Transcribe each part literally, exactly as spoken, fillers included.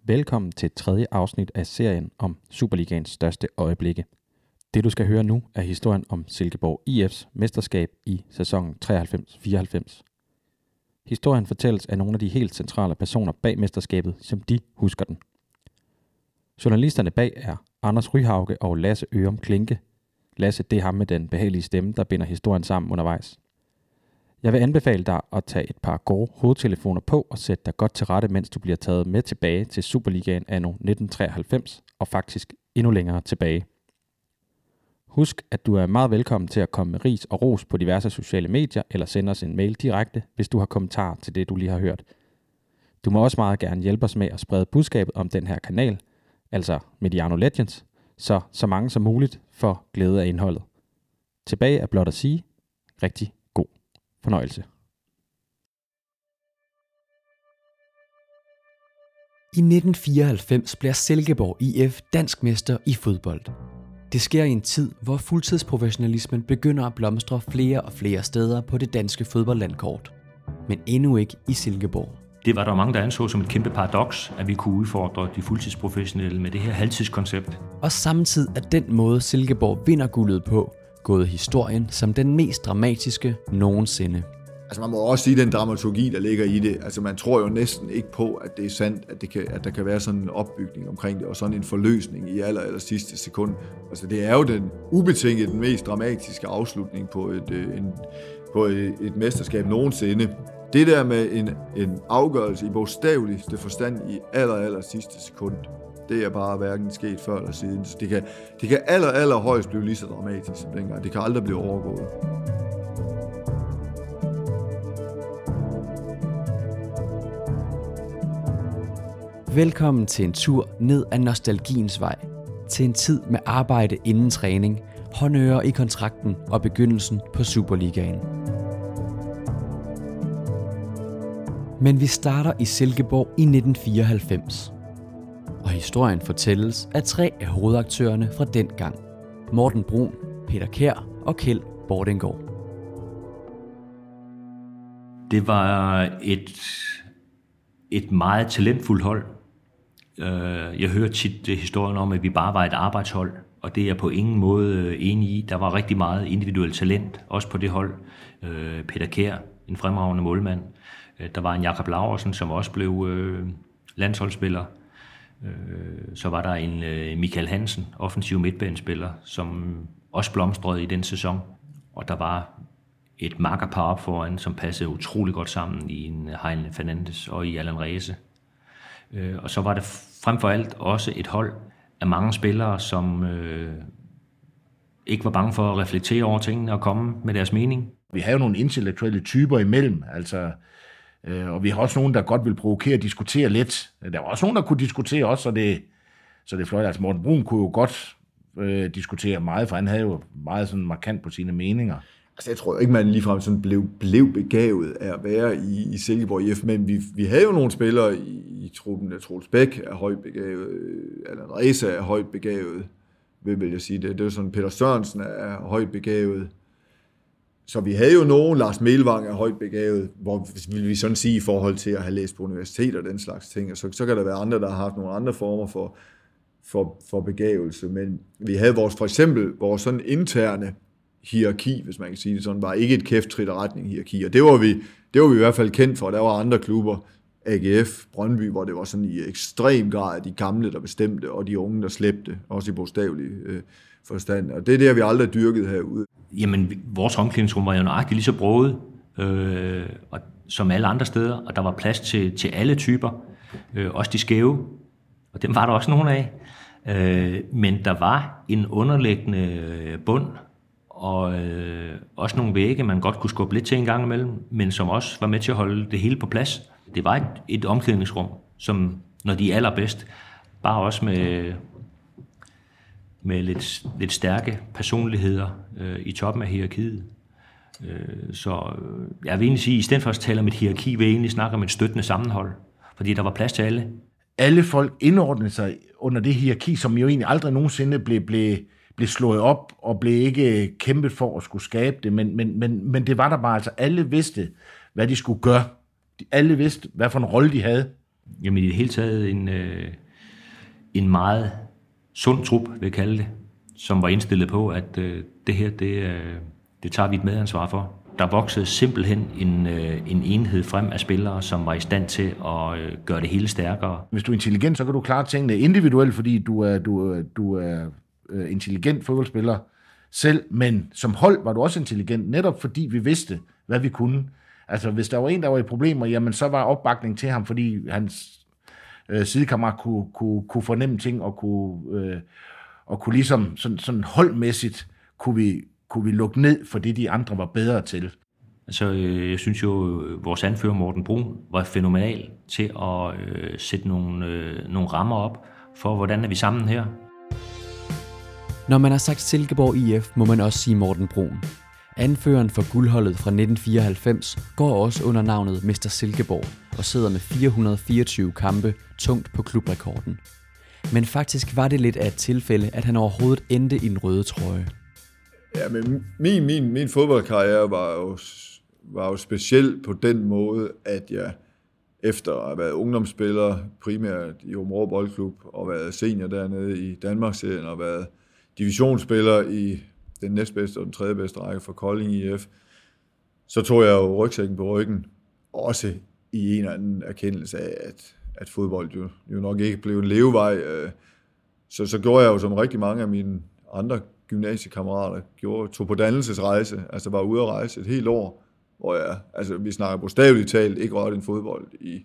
Velkommen til tredje afsnit af serien om Superligaens største øjeblikke. Det du skal høre nu er historien om Silkeborg I F's mesterskab i sæsonen treoghalvfems fireoghalvfems. Historien fortælles af nogle af de helt centrale personer bag mesterskabet, som de husker den. Journalisterne bag er Anders Ryhauge og Lasse Ørum Klinke. Lasse, det er ham med den behagelige stemme, der binder historien sammen undervejs. Jeg vil anbefale dig at tage et par gode hovedtelefoner på og sætte dig godt til rette, mens du bliver taget med tilbage til Superligaen anno nitten treoghalvfems og faktisk endnu længere tilbage. Husk, at du er meget velkommen til at komme med ris og ros på diverse sociale medier eller sende os en mail direkte, hvis du har kommentarer til det, du lige har hørt. Du må også meget gerne hjælpe os med at sprede budskabet om den her kanal, altså Mediano Legends, så så mange som muligt får glæde af indholdet. Tilbage er blot at sige, rigtig god fornøjelse. I nitten fireoghalvfems bliver Silkeborg I F dansk mester i fodbold. Det sker i en tid, hvor fuldtidsprofessionalismen begynder at blomstre flere og flere steder på det danske fodboldlandkort. Men endnu ikke i Silkeborg. Det var der mange, der anså som et kæmpe paradoks, at vi kunne udfordre de fuldtidsprofessionelle med det her halvtidskoncept. Og samtidig er den måde, Silkeborg vinder guldet på, gået historien som den mest dramatiske nogensinde. Altså man må også sige den dramaturgi, der ligger i det. Altså man tror jo næsten ikke på, at det er sandt, at, det kan, at der kan være sådan en opbygning omkring det, og sådan en forløsning i aller, aller sidste sekund. Altså det er jo den ubetinget den mest dramatiske afslutning på et, en, på et, et mesterskab nogensinde. Det der med en, en afgørelse i bogstaveligste forstand i aller, aller sidste sekund, det er bare hverken sket før eller siden. Så det kan, det kan aller, aller højst blive lige så dramatisk som dengang. Det kan aldrig blive overgået. Velkommen til en tur ned ad nostalgiens vej. Til en tid med arbejde inden træning, håndører i kontrakten og begyndelsen på Superligaen. Men vi starter i Silkeborg i nitten fireoghalvfems. Og historien fortælles af tre af hovedaktørerne fra den gang. Morten Brun, Peter Kjær og Kjeld Bordinggaard. Det var et, et meget talentfuldt hold. Jeg hører tit historien om, at vi bare var et arbejdshold, og det er jeg på ingen måde enig i. Der var rigtig meget individuelt talent, også på det hold. Peter Kjær, en fremragende målmand. Der var en Jakob Laursen, som også blev landsholdsspiller. Så var der en Michael Hansen, offensiv midtbanespiller, som også blomstrede i den sæson. Og der var et makkerpar op foran, som passede utrolig godt sammen i en Heine Fernandes og i Allan Ræse. Og så var det frem for alt også et hold af mange spillere, som øh, ikke var bange for at reflektere over tingene og komme med deres mening. Vi har jo nogle intellektuelle typer imellem, altså, øh, og vi har også nogen, der godt vil provokere og diskutere lidt. Der var også nogen, der kunne diskutere også, så det, så det fløjte. Altså Morten Brun kunne jo godt øh, diskutere meget, for han havde jo meget sådan markant på sine meninger. Altså, jeg tror ikke, man ligefrem sådan blev, blev begavet af at være i, i Silkeborg I F, men vi, vi havde jo nogle spillere i, i truppen. Troels Bæk er højt begavet, Allan Ræse er højt begavet, vil, vil jeg sige det. Det er sådan, Peter Sørensen er højt begavet. Så vi havde jo nogen, Lars Melvang er højt begavet, hvor vil vi sådan sige i forhold til at have læst på universitet og den slags ting, og så, så kan der være andre, der har haft nogle andre former for, for, for begavelse, men vi havde vores, for eksempel vores sådan interne hierarki, hvis man kan sige det sådan, var ikke et kæft-trit og retning hierarki, og det var, vi, det var vi i hvert fald kendt for. Der var andre klubber, A G F, Brøndby, hvor det var sådan i ekstrem grad de gamle, der bestemte, og de unge, der slæbte, også i bogstavelig øh, forstand, og det er det, vi aldrig dyrket herude. Jamen, vores omklædningsrum var jo nøjagtigt lige så broget, øh, og, som alle andre steder, og der var plads til, til alle typer, øh, også de skæve, og dem var der også nogle af, øh, men der var en underliggende bund, og øh, også nogle vægge, man godt kunne skubbe lidt til en gang imellem, men som også var med til at holde det hele på plads. Det var et, et omklædningsrum, som når de er allerbedst, bare også med, med lidt, lidt stærke personligheder øh, i toppen af hierarkiet. Øh, så øh, jeg vil egentlig sige, at i stedet for at tale om et hierarki, vil jeg egentlig snakke om et støttende sammenhold, fordi der var plads til alle. Alle folk indordnede sig under det hierarki, som jo egentlig aldrig nogensinde blev, blev blev slået op og blev ikke kæmpet for at skulle skabe det, men, men, men, men det var der bare, altså alle vidste, hvad de skulle gøre. Alle vidste, hvad for en rolle de havde. jamen i det hele taget en, øh, en meget sund trup, vil jeg kalde det, som var indstillet på, at øh, det her, det, øh, det tager vi et medansvar for. Der voksede simpelthen en, øh, en enhed frem af spillere, som var i stand til at øh, gøre det hele stærkere. Hvis du er intelligent, så kan du klare tingene individuelt, fordi du er, du, du er øh, intelligent fodboldspiller selv, men som hold var du også intelligent, netop fordi vi vidste, hvad vi kunne. Altså, hvis der var en, der var i problemer, jamen så var opbakning til ham, fordi hans øh, sidekammerat kunne, kunne, kunne fornemme ting, og kunne, øh, og kunne ligesom sådan, sådan holdmæssigt, kunne vi, kunne vi lukke ned for det, de andre var bedre til. Altså, øh, jeg synes jo, vores anfører Morten Brun var fænomenal til at øh, sætte nogle, øh, nogle rammer op for, hvordan er vi sammen her. Når man har sagt Silkeborg I F, må man også sige Morten Brun. Anføreren for guldholdet fra nitten fireoghalvfems går også under navnet mister Silkeborg og sidder med fire hundrede og fireogtyve kampe tungt på klubrekorden. Men faktisk var det lidt af et tilfælde, at han overhovedet endte i den røde trøje. Ja, men min, min, min fodboldkarriere var jo, var jo speciel på den måde, at jeg efter at have været ungdomsspiller, primært i Aabenraa Boldklub, og været senior dernede i Danmarksserien, og været divisionsspiller i den næstbedste og den tredje bedste række for Kolding I F, så tog jeg jo rygsækken på ryggen, også i en eller anden erkendelse af, at, at fodbold jo, jo nok ikke blev en levevej. Så, så gjorde jeg jo, som rigtig mange af mine andre gymnasiekammerater gjorde, tog på dannelsesrejse, altså var ude at rejse et helt år, hvor jeg, altså vi snakker bogstaveligt talt, ikke rørte en fodbold i,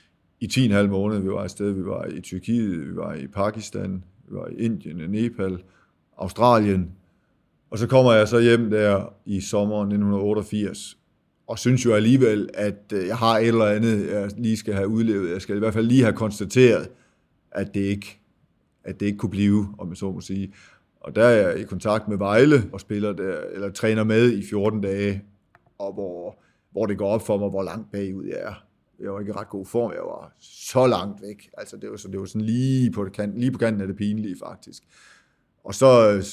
i ti og en halv måned. Vi var et sted, vi var i Tyrkiet, vi var i Pakistan, vi var i Indien, Nepal, Australien. Og så kommer jeg så hjem der i sommeren nitten otteogfirs, og synes jo alligevel, at jeg har et eller andet, jeg lige skal have udlevet. Jeg skal i hvert fald lige have konstateret, at det ikke, at det ikke kunne blive, om jeg så må sige. Og der er jeg i kontakt med Vejle og spiller der, eller træner med i fjorten dage, og hvor, hvor det går op for mig, hvor langt bagud jeg er. Jeg var ikke i ret god form, jeg var så langt væk. Altså det var, så, det var sådan lige på, kanten, lige på kanten af det pinlige faktisk. Og så øh,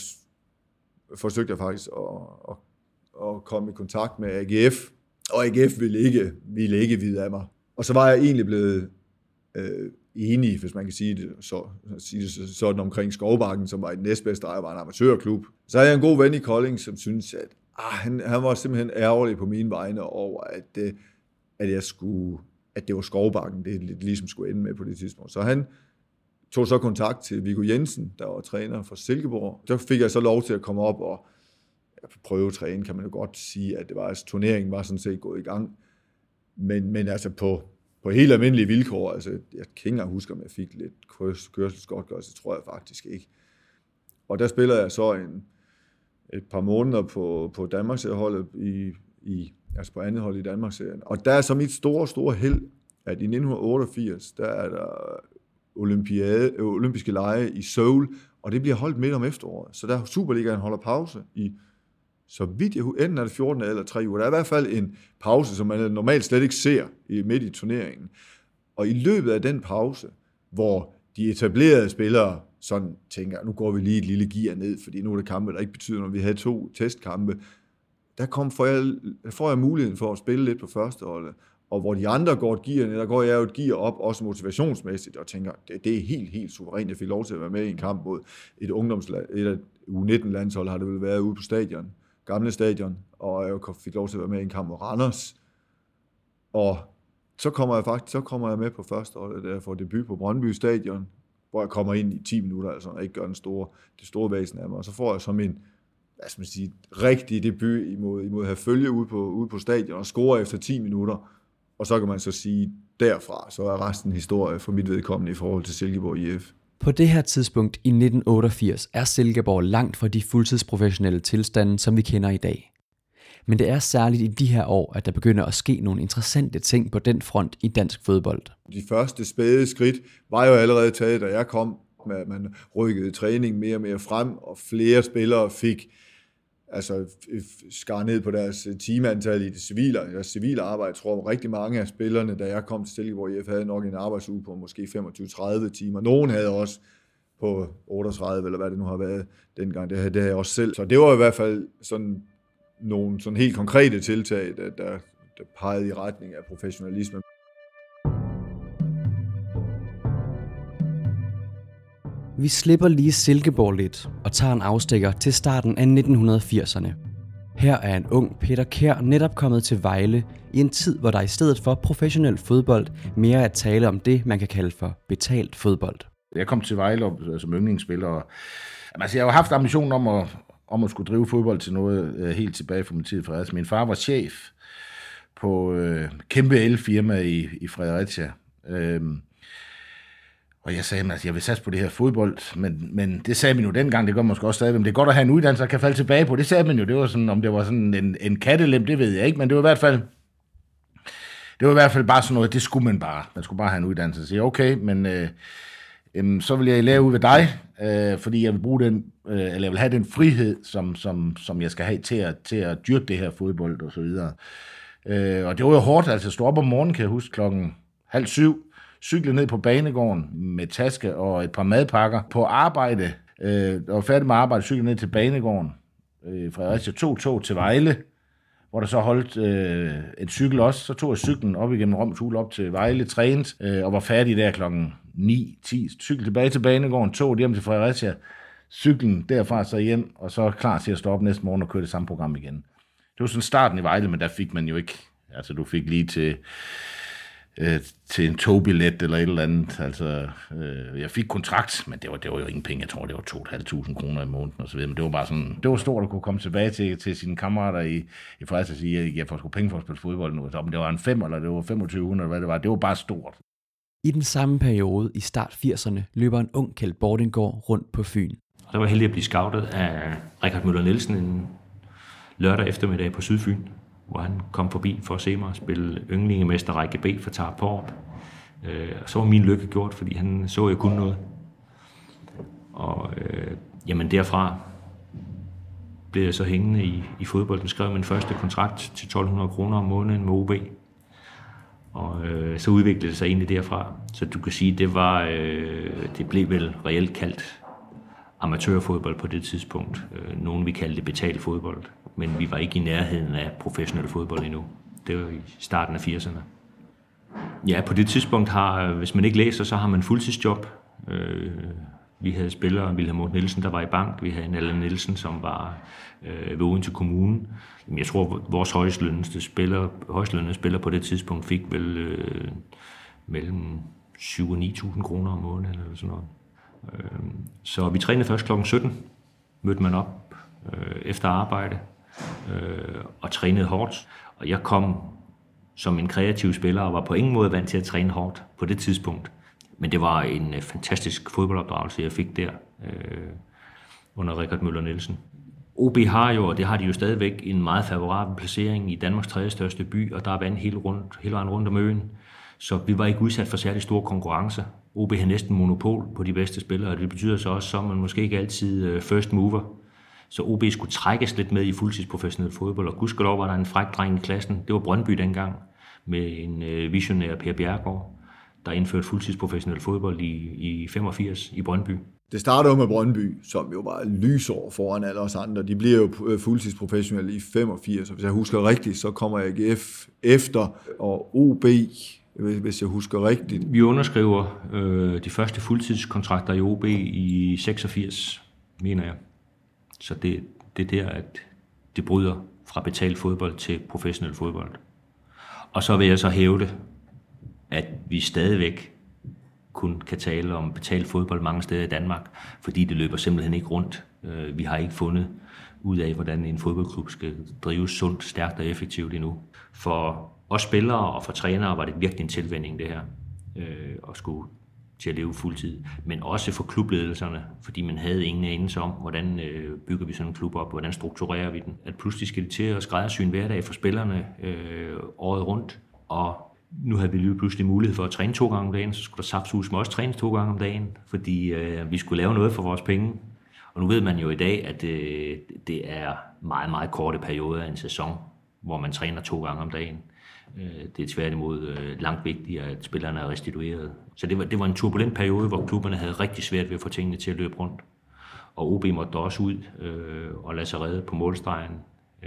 forsøgte jeg faktisk at, at, at komme i kontakt med A G F, og A G F ville ikke, ville ikke vide af mig. Og så var jeg egentlig blevet øh, enig, hvis man kan sige det, så, sige det sådan omkring Skovbakken, som var i den næstbedste ejer, var en amatørklub. Så havde jeg en god ven i Kolding, som syntes, at ah, han, han var simpelthen ærgerlig på mine vegne over, at, at, jeg skulle, at det var Skovbakken, det ligesom skulle ende med på det tidspunkt. Så han tog så kontakt til Viggo Jensen, der var træner for Silkeborg. Så fik jeg så lov til at komme op og prøve at træne, kan man jo godt sige, at det var, altså, turneringen var sådan set gået i gang. Men, men altså på, på helt almindelige vilkår, altså jeg kan ikke engang huske, om jeg fik lidt kørselsgodtgørelse, tror jeg faktisk ikke. Og der spillede jeg så en, et par måneder på, på Danmarksserieholdet, i, i, altså på andet hold i Danmarksserien. Og der er så mit store, store held, at i nitten otteogfirs, der er der olympiade, olympiske lege i Seoul, og det bliver holdt midt om efteråret. Så der Superligaen holder pause i, så vidt jeg enten er det fjorten eller tre uger. Der er i hvert fald en pause, som man normalt slet ikke ser midt i turneringen. Og i løbet af den pause, hvor de etablerede spillere sådan tænker, nu går vi lige et lille gear ned, fordi nu er det kampe, der ikke betyder, når vi havde to testkampe, der kom for jeg, får jeg muligheden for at spille lidt på førsteholdet. Og hvor de andre går et gear ned, der går jeg jo et gear op, også motivationsmæssigt, og tænker, det, det er helt, helt suverænt. Jeg fik lov til at være med i en kamp mod et ungdomsland, et af U nitten-landshold har det vel været ude på stadion, gamle stadion, og jeg fik lov til at være med i en kamp mod Randers. Og så kommer jeg faktisk så kommer jeg med på førsteholdet, der får debut på Brøndby Stadion, hvor jeg kommer ind i ti minutter, altså og ikke gør den store, det store væsen af mig. Og så får jeg så min, hvad skal man sige, rigtig debut imod, imod at have følge ude på, ude på stadion og score efter ti minutter. Og så kan man så sige, derfra, så er resten historie for mit vedkommende i forhold til Silkeborg I F. På det her tidspunkt i nitten otteogfirs er Silkeborg langt fra de fuldtidsprofessionelle tilstande, som vi kender i dag. Men det er særligt i de her år, at der begynder at ske nogle interessante ting på den front i dansk fodbold. De første spæde skridt var jo allerede taget, da jeg kom, med at man rykkede træning mere og mere frem, og flere spillere fik altså skar ned på deres timeantal i det civile, deres civile arbejde. Jeg tror, rigtig mange af spillerne, da jeg kom til Silkeborg I F, havde nok en arbejdsuge på måske femogtyve til tredive timer. Nogen havde også på otteogtredive, eller hvad det nu har været dengang. Det havde, det havde jeg også selv. Så det var i hvert fald sådan nogle sådan helt konkrete tiltag, der, der, der pegede i retning af professionalisme. Vi slipper lige Silkeborg lidt og tager en afstikker til starten af nitten firserne. Her er en ung Peter Kjær netop kommet til Vejle i en tid, hvor der i stedet for professionel fodbold mere er at tale om det, man kan kalde for betalt fodbold. Jeg kom til Vejle som yndlingsspiller, og altså, jeg har haft ambitionen om at, om at skulle drive fodbold til noget helt tilbage fra min tid i Fredericia. Min far var chef på øh, kæmpe elfirma i, i Fredericia. Øhm, og jeg sagde, at jeg vil satse på det her fodbold, men, men det sagde man jo dengang, det gør man måske også stadig, men det er godt at have en uddannelse, der kan falde tilbage på. Det sagde man jo, det var sådan, om det var sådan en, en kattelem, det ved jeg ikke, men det var i hvert fald, det var i hvert fald bare sådan noget, det skulle man bare. Man skulle bare have en uddannelse. Så sige, okay, men øh, øh, så vil jeg lære ud ved dig, øh, fordi jeg vil bruge den, øh, eller jeg vil have den frihed, som, som, som jeg skal have til at, til at dyrke det her fodbold og så videre. Øh, og det var jo hårdt, altså stå op om morgenen, kan jeg huske, klokken halv syv, cykle ned på banegården med taske og et par madpakker på arbejde, øh, og var færdig med arbejde, cykle ned til banegården, øh, Fredericia, to tog til Vejle, hvor der så holdt øh, en cykel også, så tog jeg cyklen op igennem Roms Hule op til Vejle, trænet, øh, og var færdig der klokken ni ti, cykel tilbage til banegården, tog hjem til Fredericia, cyklen derfra så hjem, og så klar til at stå op næste morgen og køre det samme program igen. Det var sådan starten i Vejle, men der fik man jo ikke, altså du fik lige til, øh, til en togbillet eller et eller andet, altså øh, jeg fik kontrakt, men det var, det var jo ingen penge, jeg tror det var to tusind fem hundrede kroner i måneden og så videre, men det var bare sådan, det var stort at kunne komme tilbage til, til sine kammerater i, i Fredericia og sige, at jeg får sgu penge for at spille fodbold nu, så om det var en fem eller det var femogtyve hundrede, eller hvad det var, det var bare stort. I den samme periode i start firserne løber en ung Kjeld Bordinggaard rundt på Fyn. Der var heldig at blive scoutet af Richard Møller Nielsen en lørdag eftermiddag på Sydfyn, hvor han kom forbi for at se mig spille yndlingemester Række B for Tarup Paarup. Øh, så var min lykke gjort, fordi han så, jeg kunne noget. Og øh, jamen derfra blev jeg så hængende i, i fodbolden, skrev min første kontrakt til tolv hundrede kroner om måneden med O B. Og øh, så udviklede det sig egentlig derfra. Så du kan sige, det var, øh, det blev vel reelt kaldt amatørfodbold på det tidspunkt. Øh, nogen vi kaldte det betalt fodbold, men vi var ikke i nærheden af professionel fodbold endnu. Det var i starten af firserne. Ja, på det tidspunkt har, hvis man ikke læser, så har man fuldtidsjob. Øh, vi havde spillere, Wilhelm Morten Nielsen, der var i bank. Vi havde en Allan Nielsen, som var øh, ved Odense Kommune. Jamen, jeg tror, vores højestlønnede spiller, højestlønnede spiller på det tidspunkt fik vel øh, mellem syv og ni tusind kroner om måneden eller sådan noget. Øh, så vi trænede først klokken sytten, mødte man op øh, efter arbejde øh, og trænede hårdt. Og jeg kom som en kreativ spiller og var på ingen måde vant til at træne hårdt på det tidspunkt. Men det var en fantastisk fodboldopdragelse, jeg fik der øh, under Richard Møller Nielsen. O B har jo, og det har de jo stadigvæk, en meget favorabel placering i Danmarks tredje største by, og der er vand hele, rundt, hele vejen rundt om øen. Så vi var ikke udsat for særlig stor konkurrence. O B har næsten monopol på de bedste spillere, og det betyder så også, at man måske ikke altid first mover. Så O B skulle trækkes lidt med i fuldtidsprofessionel fodbold, og gudskelov var der en fræk dreng i klassen. Det var Brøndby dengang, med en visionær Per Bjerregaard, der indførte fuldtidsprofessionel fodbold i, i femogfirs i Brøndby. Det starter jo med Brøndby, som jo var lysår foran alle os andre. De bliver jo fuldtidsprofessionelle i femogfirs, og hvis jeg husker rigtigt, så kommer A G F efter, og O B, hvis jeg husker rigtigt. Vi underskriver øh, de første fuldtidskontrakter i O B i seksogfirs, mener jeg. Så det, det er der, at det bryder fra betalt fodbold til professionel fodbold. Og så vil jeg så hævde, at vi stadigvæk kun kan tale om betalt fodbold mange steder i Danmark, fordi det løber simpelthen ikke rundt. Vi har ikke fundet ud af, hvordan en fodboldklub skal drives sundt, stærkt og effektivt endnu. For os spillere og for trænere var det virkelig en tilvænning, det her, at skulle til at leve fuldtid. Men også for klubledelserne, fordi man havde ingen anelse om, hvordan bygger vi sådan en klub op, hvordan strukturerer vi den. At pludselig skal det til at skræddersy en hverdag for spillerne øh, året rundt, og nu havde vi lige pludselig mulighed for at træne to gange om dagen, så skulle der sapsus med også trænes to gange om dagen, fordi øh, vi skulle lave noget for vores penge. Og nu ved man jo i dag, at øh, det er meget, meget korte perioder af en sæson, hvor man træner to gange om dagen. Øh, det er tværtimod øh, langt vigtigere, at spillerne er restitueret. Så det var, det var en turbulent periode, hvor klubberne havde rigtig svært ved at få tingene til at løbe rundt. Og O B måtte også ud øh, og lade sig redde på målstregen. Øh,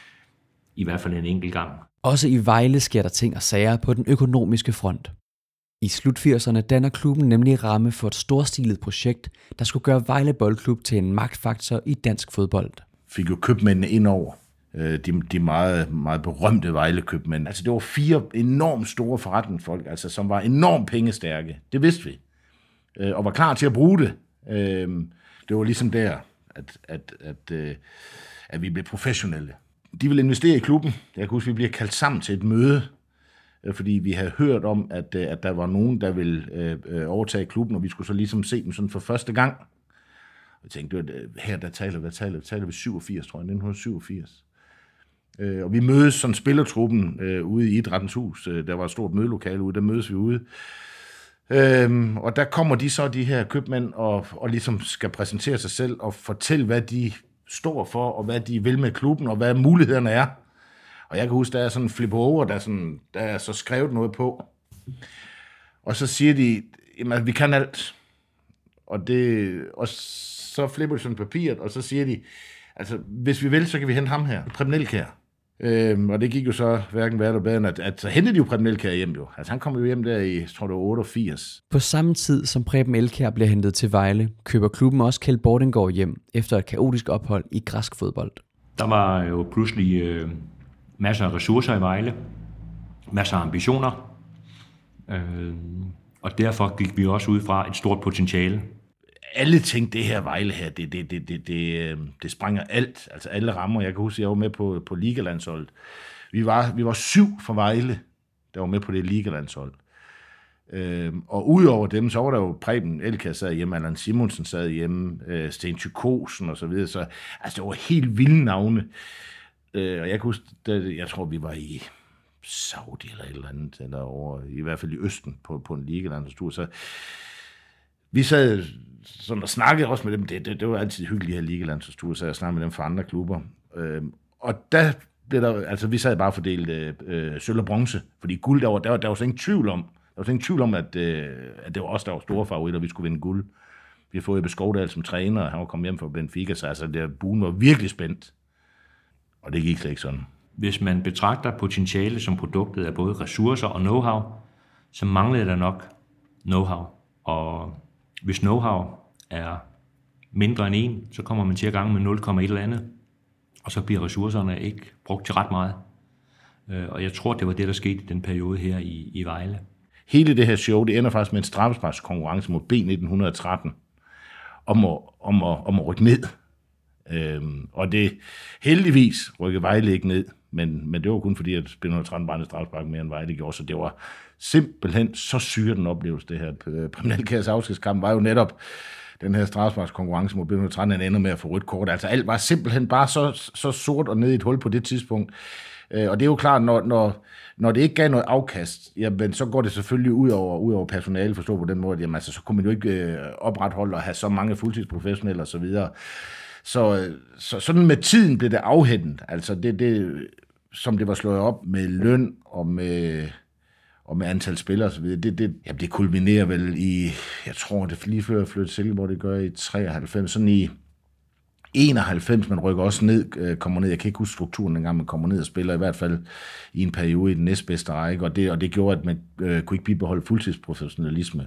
I hvert fald en enkelt gang. Også i Vejle sker der ting og sager på den økonomiske front. I slut firserne danner klubben nemlig ramme for et storstilet projekt, der skulle gøre Vejle Boldklub til en magtfaktor i dansk fodbold. Fik jo købmændene ind over. De, de meget, meget berømte Vejle-købmænd. Altså det var fire enormt store forretningsfolk, altså, som var enormt pengestærke. Det vidste vi. Og var klar til at bruge det. Det var ligesom der, at, at, at, at vi blev professionelle. De ville investere i klubben. Jeg kan huske, at vi blev kaldt sammen til et møde, fordi vi havde hørt om, at, at der var nogen, der ville overtage klubben, og vi skulle så ligesom se dem sådan for første gang. Jeg tænkte, det var, her der taler, hvad taler, hvad taler vi syvogfirs, tror jeg, nitten syvogfirs. Øh, og vi mødes sådan spillertruppen øh, ude i Idrættens Hus. Øh, der var et stort mødelokale ude, der mødes vi ude. Øh, og der kommer de så, de her købmænd, og, og ligesom skal præsentere sig selv og fortælle, hvad de står for, og hvad de vil med klubben, og hvad mulighederne er. Og jeg kan huske, der er sådan en flip over, der er, sådan, der er så skrevet noget på. Og så siger de, jamen, vi kan alt. Og, det, og så flipper de sådan papiret, og så siger de, altså, hvis vi vil, så kan vi hente ham her, Preben Elkjær. Øhm, og det gik jo så hverken værre eller bedre, at, at så hentede de jo Preben Elkjær hjem jo. Altså, han kom jo hjem der i, tror det var otteogfirs. På samme tid, som Preben Elkjær bliver hentet til Vejle, køber klubben også Kjeld Bordinggaard hjem, efter et kaotisk ophold i græsk fodbold. Der var jo pludselig øh, masser af ressourcer i Vejle, masser af ambitioner, øh, og derfor gik vi også ud fra et stort potentiale. Alle tænkte, det her Vejle her, det, det, det, det, det, det sprænger alt, altså alle rammer. Jeg kan huske, jeg var med på, på ligalandsholdet. Vi var, vi var syv fra Vejle, der var med på det ligalandshold. Øhm, og udover dem, så var der jo Preben Elkjær sad hjemme, Allan Simonsen sad hjemme, øh, Sten Tykosen og så videre. Så, altså, det var helt vilde navne. Øh, og jeg kan huske, der, jeg tror, vi var i Saudi eller et eller andet, eller over, i hvert fald i Østen på, på en ligalandsholdstur. Så vi sad sådan og snakkede også med dem. Det, det, det var altid hyggeligt her ligalandsholdsture, så jeg snakkede med dem fra andre klubber. Øh, og der blev der, altså vi sad bare fordelt øh, sølv og bronze, fordi guld, der var, der var, der var så ingen tvivl om, der var så ingen tvivl om, at, øh, at det var os, der var store favoritter, vi skulle vinde guld. Vi har fået Ebbe Skovdal som træner, og han var kommet hjem fra Benfica, så altså, der, buen var virkelig spændt. Og det gik slet ikke sådan. Hvis man betragter potentiale som produktet af både ressourcer og know-how, så manglede der nok know-how. Og hvis know-how er mindre end en, så kommer man til at gange med nul komma et eller andet, og så bliver ressourcerne ikke brugt til ret meget. Og jeg tror, det var det, der skete i den periode her i, i Vejle. Hele det her show, det ender faktisk med en straffesparkskonkurrence mod B nitten tretten, om at, om at, om at rykke ned. Øhm, og det heldigvis rykkede Vejle ikke ned, men, men det var kun fordi, at B nitten tretten brændte straffespark mere end Vejle gjorde, så det var simpelthen så syret en oplevelse, det her. Preben Elkjærs afskedskamp var jo netop den her straffesparkskonkurrence mod B nitten tretten, han ender med at få rødt kort. Altså alt var simpelthen bare så, så sort og ned i et hul på det tidspunkt. Og det er jo klart, når, når, når det ikke gav noget afkast, jamen, så går det selvfølgelig ud over, ud over personale, forstå på den måde, jamen, altså, så kunne man jo ikke opretholde og have så mange fuldtidsprofessionelle osv. Så, så, så sådan med tiden blev det afhændet, altså det, det, som det var slået op med løn og med, og med antal spillere osv., det, det, jamen, det kulminerer vel i, jeg tror, det lige før jeg flyttede til Silkeborg, det gør i treoghalvfems, sådan i enoghalvfems, man rykker også ned, kommer ned, jeg kan ikke huske strukturen engang, man kommer ned og spiller i hvert fald i en periode i den næstbedste række, og det, og det gjorde, at man øh, kunne ikke bibeholde fuldtidsprofessionalisme.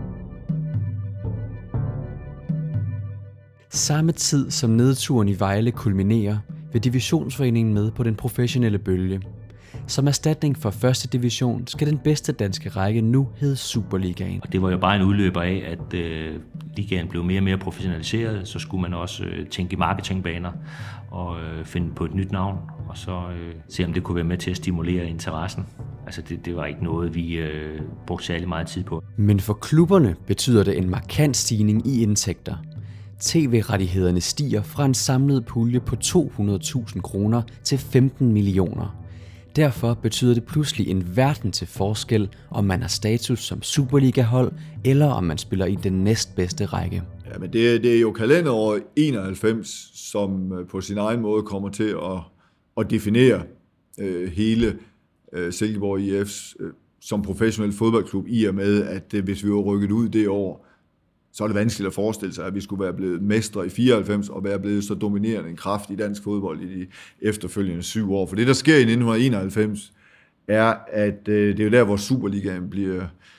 Samme tid som nedturen i Vejle kulminerer, vil divisionsforeningen med på den professionelle bølge. Som erstatning for første division skal den bedste danske række nu hedde Superligaen. Og det var jo bare en udløber af, at øh, ligaen blev mere og mere professionaliseret. Så skulle man også øh, tænke i marketingbaner og øh, finde på et nyt navn, og så øh, se, om det kunne være med til at stimulere interessen. Altså det, det var ikke noget, vi øh, brugte særlig meget tid på. Men for klubberne betyder det en markant stigning i indtægter. T V-rettighederne stiger fra en samlet pulje på to hundrede tusind kroner til femten millioner. Derfor betyder det pludselig en verden til forskel, om man har status som Superliga-hold, eller om man spiller i den næstbedste række. Ja, men det, det er jo kalenderår enoghalvfems, som på sin egen måde kommer til at, at definere øh, hele øh, Silkeborg I F's øh, som professionel fodboldklub, i og med, at øh, hvis vi var rykket ud det år, så er det vanskeligt at forestille sig, at vi skulle være blevet mestre i fireoghalvfems og være blevet så dominerende en kraft i dansk fodbold i de efterfølgende syv år. For det, der sker i nitten enoghalvfems, er, at øh, det er jo der, hvor Superligaen bliver,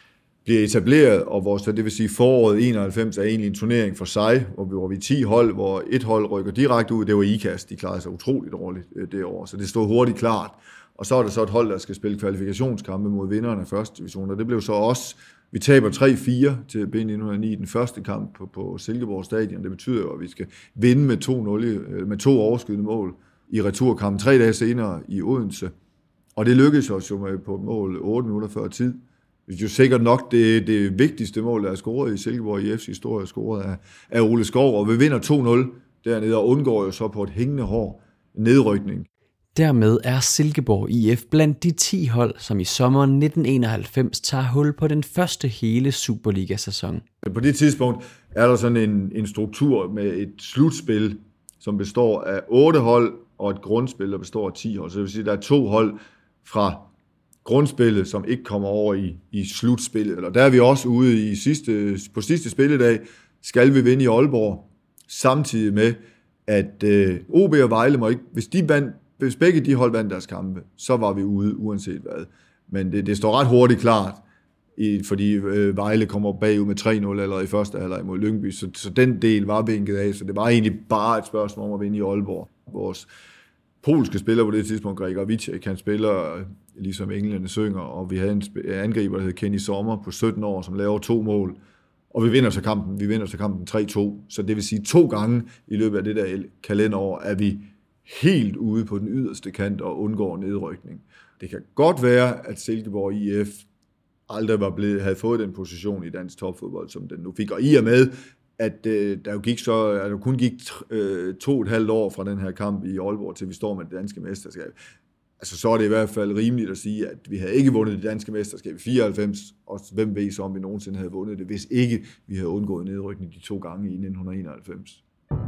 bliver etableret, og vores, det vil sige foråret enoghalvfems er egentlig en turnering for sig, hvor vi, hvor vi er ti hold, hvor et hold rykker direkte ud. Det var I K A S, de klarede sig utroligt dårligt det år, så det stod hurtigt klart. Og så er der så et hold, der skal spille kvalifikationskampe mod vinderne af første division, og det blev så også, vi taber tre fire til B nitten hundrede og ni i den første kamp på, på Silkeborg Stadion. Det betyder jo, at vi skal vinde med to nul, med to overskydende mål i returkampen tre dage senere i Odense. Og det lykkedes os jo med på et mål otte minutter før tid. Det er jo sikkert nok det, det vigtigste mål, der er scoret i Silkeborg I F's historie, scoret af, af Ole Skov, og vi vinder to nul dernede og undgår jo så på et hængende hår nedrykning. Dermed er Silkeborg I F blandt de ti hold, som i sommeren nitten enoghalvfems tager hul på den første hele Superliga-sæson. På det tidspunkt er der sådan en, en struktur med et slutspil, som består af otte hold, og et grundspil, der består af ti hold. Så det vil sige, at der er to hold fra grundspillet, som ikke kommer over i, i slutspillet. Eller der er vi også ude i sidste, på sidste spilledag, skal vi vinde i Aalborg, samtidig med, at øh, O B og Vejle må ikke, hvis de vandt, hvis begge de hold vandt deres kampe, så var vi ude, uanset hvad. Men det, det står ret hurtigt klart, i, fordi øh, Vejle kommer bagud med tre nul allerede i første halvleg mod Lyngby, så, så den del var vinket af, så det var egentlig bare et spørgsmål om at vinde i Aalborg. Vores polske spiller på det tidspunkt, Gregor Vicek, han spiller ligesom englænderne synger, og vi havde en angriber, der hed Kenny Sommer på sytten år, som laver to mål, og vi vinder så kampen, vi vinder så kampen tre to, så det vil sige to gange i løbet af det der kalenderår, er vi helt ude på den yderste kant og undgår nedrykning. Det kan godt være, at Silkeborg I F aldrig var blevet, havde fået den position i dansk topfodbold, som den nu fik, og i og med, at øh, der jo gik så, at der kun gik øh, to og et halvt år fra den her kamp i Aalborg, til vi står med det danske mesterskab. Altså så er det i hvert fald rimeligt at sige, at vi havde ikke vundet det danske mesterskab i fireoghalvfems, og hvem ved så, om vi nogensinde havde vundet det, hvis ikke vi havde undgået nedrykning de to gange i nitten enoghalvfems.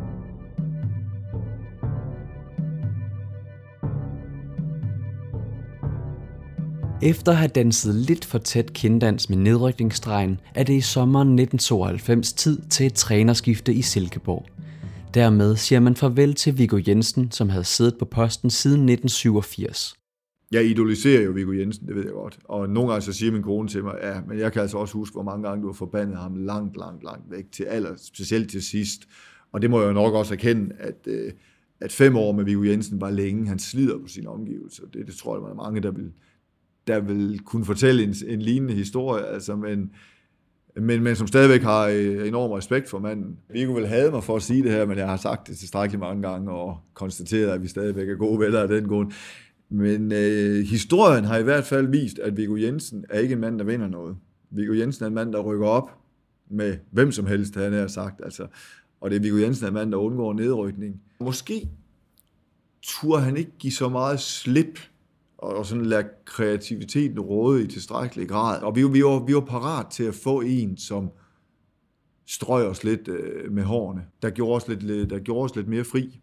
Efter at have danset lidt for tæt kinddans med nedrykningsstregen, er det i sommeren nitten tooghalvfems tid til et trænerskifte i Silkeborg. Dermed siger man farvel til Viggo Jensen, som havde siddet på posten siden nitten syvogfirs. Jeg idoliserer jo Viggo Jensen, det ved jeg godt. Og nogle gange så siger min kone til mig, ja, men jeg kan altså også huske, hvor mange gange du har forbandet ham langt, langt, langt væk til aller, specielt til sidst. Og det må jeg jo nok også erkende, at, at fem år med Viggo Jensen var længe. Han slider på sine omgivelser. Det, det tror jeg, der er mange, der vil, der vil kunne fortælle en, en lignende historie. Altså, men, men, men som stadigvæk har enorm respekt for manden. Viggo vil have mig for at sige det her, men jeg har sagt det tilstrækkeligt mange gange og konstateret, at vi stadigvæk er gode venner af den grund. Men øh, historien har i hvert fald vist, at Viggo Jensen er ikke en mand, der vinder noget. Viggo Jensen er en mand, der rykker op med hvem som helst, han har sagt. Altså. Og det er Viggo Jensen er en mand, der undgår nedrykning. Måske turde han ikke give så meget slip, og sådan lade kreativiteten råde i tilstrækkelig grad. Og vi, vi, var, vi var parat til at få en, som strøg os lidt øh, med hårene, der gjorde os lidt, der gjorde os lidt mere fri.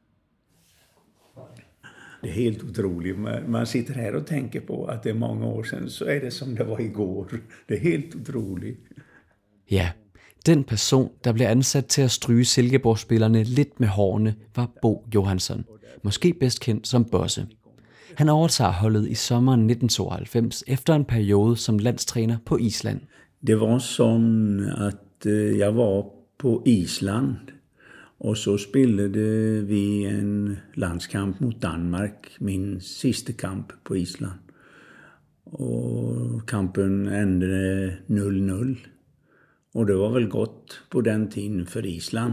Det är helt otroligt. Man sitter här och tänker på att det är många år sedan, så är det som det var igår. Det är helt otroligt. Ja, den person, der blev ansat til at stryge Silkeborg-spillerne lidt med hårene, var Bo Johansson, måske bedst kendt som Bosse. Han overtager holdet i sommeren nitten tooghalvfems efter en periode som landstræner på Island. Det var sådan, at jeg var på Island, og så spillede vi en landskamp mod Danmark, min sidste kamp på Island. Og kampen endte nul nul. Og det var vel godt på den tiden for Island.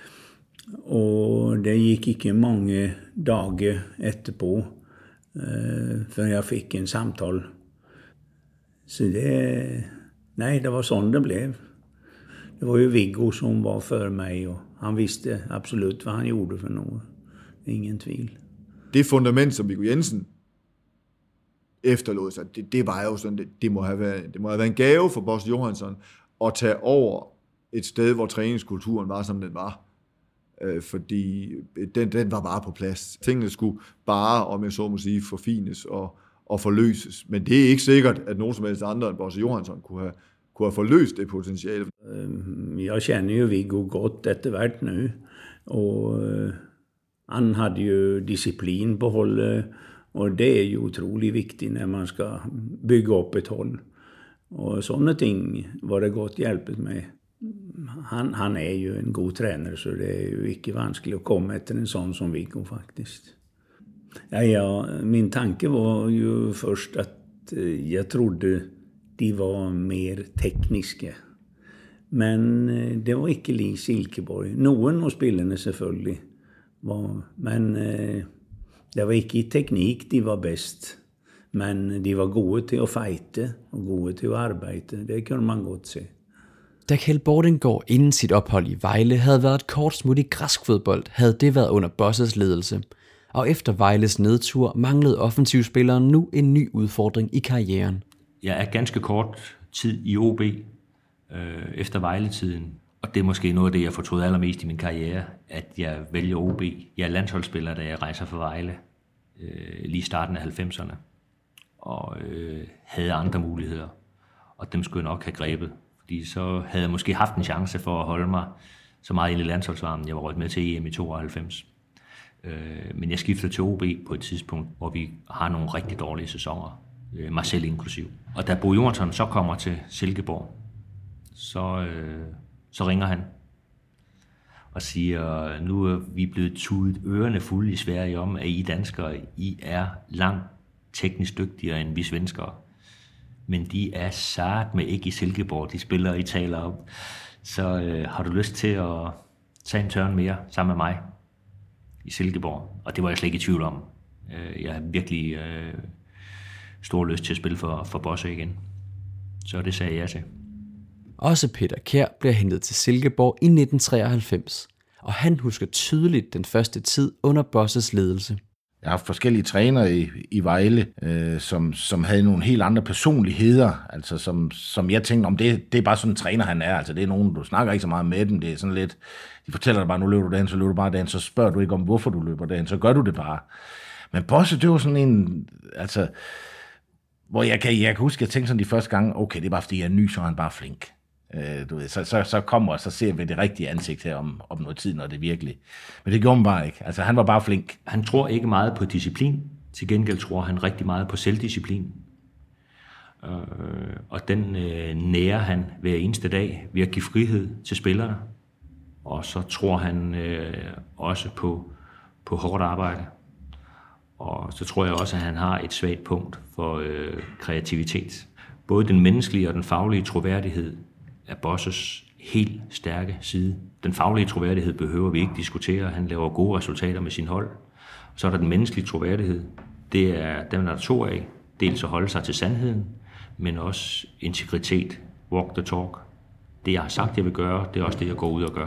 Og det gik ikke mange dage etterpå, før jeg fik en samtale. Så det, nej, det var sådan det blev. Det var ju Viggo som var för mig, og han vidste absolut hvad han gjorde for noget. Ingen tvivl. Det fundament, som Viggo Jensen efterlod sig, det, det var jo sådan, det, det, må have været, det må have været en gave for Bosse Johansson at tage over et sted, hvor træningskulturen var, som den var. Øh, fordi den, den var bare på plads. Tingene skulle bare, om jeg så må sige, forfines og, og forløses. Men det er ikke sikkert, at nogen som helst andre end Bosse Johansson kunne have kunne have forløst det potentiale. Jeg känner ju Viggo godt efter hvert nu, og han hade ju disciplin på holdet, og det är ju otroligt viktigt när man ska bygga upp ett hold. Och sådana ting var det gott hjälpet med. Han, han är ju en god tränare, så det är ju inte vanskligt att komma efter en sån som Viggo faktiskt. Ja, ja, min tanke var ju först att jag trodde de var mer tekniska. Men det var inte li Silkeborg. Någon av spelarna selvfølgelig var, men det var inte i teknik de var bäst. Men de var gode til at fighte og gode til at arbejde. Det kunne man godt se. Da Kjeld Bordinggaard inden sit ophold i Vejle havde været et kort smut i græsk fodbold, havde det været under Bosses ledelse. Og efter Vejles nedtur manglede offensivspilleren nu en ny udfordring i karrieren. Jeg er ganske kort tid i O B øh, efter Vejle-tiden. Og det er måske noget af det, jeg fortrød allermest i min karriere, at jeg vælger O B. Jeg er landsholdsspiller, da jeg rejser fra Vejle øh, lige i starten af halvfemserne. Og øh, havde andre muligheder. Og dem skulle jeg nok have grebet. Fordi så havde jeg måske haft en chance for at holde mig så meget ind i landsholdsvarmen. Jeg var rødt med til E M i tooghalvfems. Øh, men jeg skifter til O B på et tidspunkt, hvor vi har nogle rigtig dårlige sæsoner. Øh, mig selv inklusiv. Og da Bo Jørgensen så kommer til Silkeborg, så, øh, så ringer han og siger, nu er vi blevet tudet ørerne fulde i Sverige om, at I danskere, I er langt teknisk dygtigere end vi svenskere. Men de er sart med ikke i Silkeborg, de spiller I taler om. Så øh, har du lyst til at tage en tørn mere sammen med mig i Silkeborg? Og det var jeg slet ikke i tvivl om. Øh, jeg har virkelig øh, stor lyst til at spille for, for Bosse igen. Så det sagde jeg til. Også Peter Kjær bliver hentet til Silkeborg i nitten treoghalvfems, og han husker tydeligt den første tid under Bosses ledelse. Jeg har haft forskellige trænere i, i Vejle, øh, som, som havde nogle helt andre personligheder, altså som, som jeg tænkte, om det, det er bare sådan en træner, han er. Altså det er nogen, du snakker ikke så meget med dem, det er sådan lidt, de fortæller dig bare, nu løber du dagen, så løber du bare dagen, så spørger du ikke om, hvorfor du løber dagen, så gør du det bare. Men Bosse, det var sådan en, altså, hvor jeg kan, jeg kan huske, jeg tænkte sådan de første gange, okay, det er bare fordi jeg er ny, så er han bare flink. Øh, du ved, så, så, så kommer og så ser vi det rigtige ansigt her om, om noget tid, når det virkelig. Men det gjorde han bare ikke. Altså, han var bare flink. Han tror ikke meget på disciplin. Til gengæld tror han rigtig meget på selvdisciplin. Øh, og den øh, nærer han hver eneste dag ved at give frihed til spillerne. Og så tror han øh, også på, på hårdt arbejde. Og så tror jeg også, at han har et svagt punkt for øh, kreativitet. Både den menneskelige og den faglige troværdighed er Bosses helt stærke side. Den faglige troværdighed behøver vi ikke diskutere. Han laver gode resultater med sin hold. Så er der den menneskelige troværdighed. Det er dem, der er to af. Dels at holde sig til sandheden, men også integritet. Walk the talk. Det, jeg har sagt, jeg vil gøre, det er også det, jeg går ud og gør.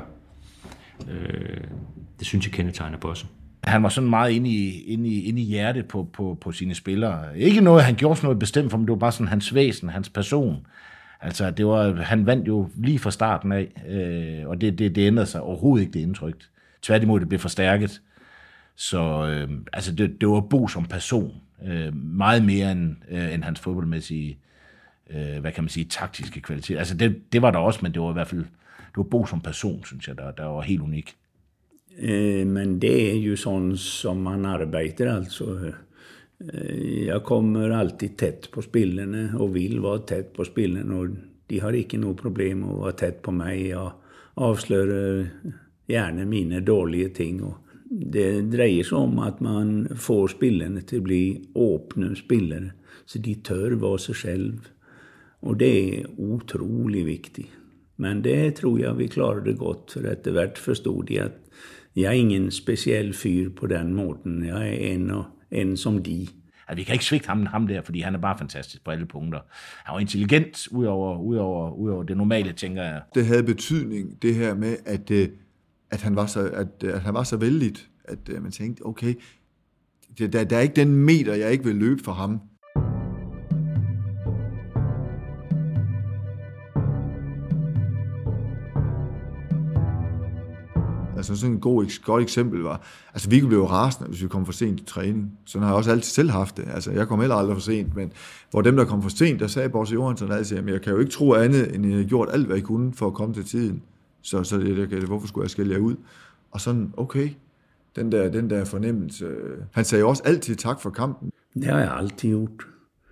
Øh, det synes jeg kendetegner Bosse. Han var sådan meget inde i, inde i, inde i hjertet på, på, på sine spillere. Ikke noget, han gjorde sådan noget bestemt for, men det var bare sådan hans væsen, hans person. Altså, det var, han vandt jo lige fra starten af, øh, og det, det, det ændrede sig overhovedet ikke, det indtryk. Tværtimod, det blev forstærket. Så øh, altså, det, det var Bo som person. Øh, meget mere end, øh, end hans fodboldmæssige, øh, hvad kan man sige, taktiske kvalitet. Altså, det, det var der også, men det var i hvert fald, det var Bo som person, synes jeg, der, der var helt unik. Eh, men det är ju sånt som man arbetar alltså. Eh, jag kommer alltid tätt på spelarna och vill vara tätt på spelarna, och de har inte något problem att vara tätt på mig. Jag avslöjar gärna mina dåliga ting, och det dreier sig om att man får spelarna till att bli öppna spelare så de tør vara sig själv, och det är otroligt viktigt. Men det tror jag vi klarar det gott, för att det vart förstod de att jeg er ingen speciel fyr på den måten. Jeg er en, og en som de. Altså, vi kan ikke svigte ham, ham der, fordi han er bare fantastisk på alle punkter. Han var intelligent, udover, udover, udover det normale, tænker jeg. Det havde betydning, det her med, at, at, han, var så, at, at han var så vældigt, at man tænkte, okay, der, der er ikke den meter, jeg ikke vil løbe for ham. Altså sådan et god, godt eksempel var, altså vi blev rasende, hvis vi kom for sent til træning. Sådan har jeg også altid selv haft det. Altså jeg kom heller aldrig for sent, men hvor dem, der kom for sent, der sagde Bosse Jørgensen altid, at jeg kan jo ikke tro andet, end jeg har gjort alt, hvad jeg kunne for at komme til tiden. Så, så det, det, hvorfor skulle jeg skælde jer ud? Og sådan, okay, den der, den der fornemmelse. Han sagde også altid tak for kampen. Det har jeg altid gjort.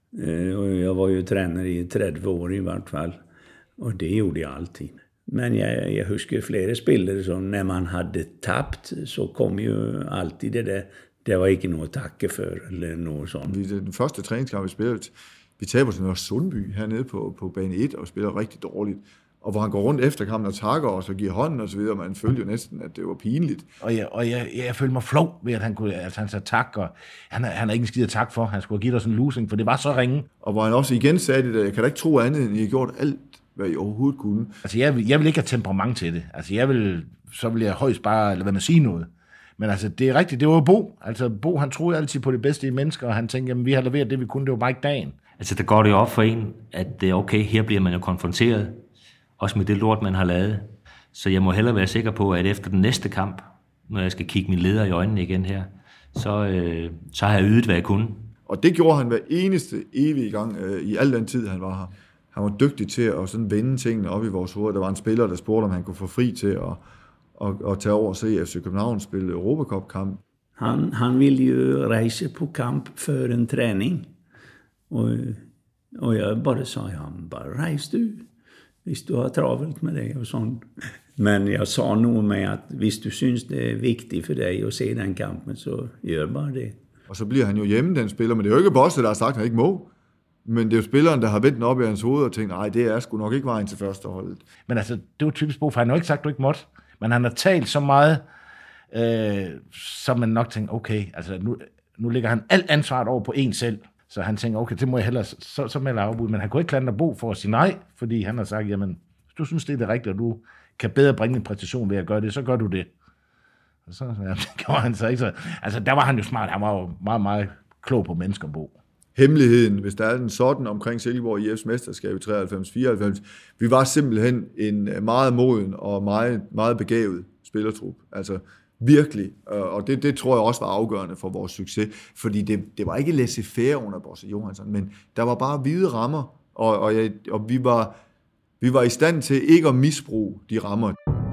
Och jag var ju tränare i trettio år i vart fall. Och det gjorde jag alltid. Men jag, jag husker flere spillere som när man hade tapt så kom ju alltid det där. Det var ikke noget at takke for, eller noget sådan. Den første træningskamp, vi spillede, vi taber til Nørre Sundby hernede på, på bane et og spiller rigtig dårligt. Og hvor han går rundt efter kampen og takker os og giver hånden og så videre, man følte jo næsten, at det var pinligt. Og jeg, og jeg, jeg følte mig flov ved, at han kunne, altså han sagde tak, og han, han har ikke en skid at tak for. Han skulle have givet os en losing, for det var så ringe. Og hvor han også igen sagde det der, jeg kan da ikke tro andet, end I har gjort alt, hvad I overhovedet kunne. Altså jeg vil, jeg vil ikke have temperament til det. Altså jeg vil, så vil jeg højst bare lade være med at sige noget. Men altså, det er rigtigt, det var jo Bo. Altså, Bo, han troede altid på det bedste i mennesker, og han tænkte, jamen, vi har leveret det, vi kunne, det var bare ikke dagen. Altså, der går det jo op for en, at det er okay, her bliver man jo konfronteret, også med det lort, man har lavet. Så jeg må hellere være sikker på, at efter den næste kamp, når jeg skal kigge min leder i øjnene igen her, så, øh, så har jeg ydet, hvad jeg kunne. Og det gjorde han hver eneste evige gang øh, i al den tid, han var her. Han var dygtig til at sådan vende tingene op i vores hoved. Der var en spiller, der spurgte, om han kunne få fri til at og, og tage over og se F C København spille Europacup-kamp. Han, han ville jo rejse på kamp før en træning. Og, og jeg bare sagde ham, bare rejs du, hvis du har travlt med det og sådan. Men jeg sa noget med, at hvis du synes det er vigtigt for dig at se den kampen, så gør bare det. Og så bliver han jo hjemme, den spiller, men det er jo ikke Bosse, der har sagt, at han ikke må. Men det er jo spilleren, der har vendt op i hans hoved og tænkt, nej, det er sgu nok ikke vejen til førsteholdet. Men altså, det var typisk Bo, for han har ikke sagt, at du ikke måtte. Men han har talt så meget, øh, som man nok tænker, okay, altså nu, nu ligger han alt ansvaret over på en selv. Så han tænker, okay, det må jeg hellere, så, så melder afbud. Men han kunne ikke klandre Bo for at sige nej, fordi han har sagt, jamen, hvis du synes, det er det rigtige, og du kan bedre bringe en præstation ved at gøre det, så gør du det. Og så ja, det gjorde han så ikke. Så, altså, der var han jo smart. Han var jo meget, meget klog på mennesker, Bo. Hemmeligheden, hvis der er den sådan omkring Silkeborg I F's mesterskab i treoghalvfems fireoghalvfems, vi var simpelthen en meget moden og meget, meget begavet spillertrup. Altså virkelig, og det, det tror jeg også var afgørende for vores succes, fordi det, det var ikke laissez-faire under Bosse Johansson, men der var bare hvide rammer, og, og, jeg, og vi, var, vi var i stand til ikke at misbruge de rammer.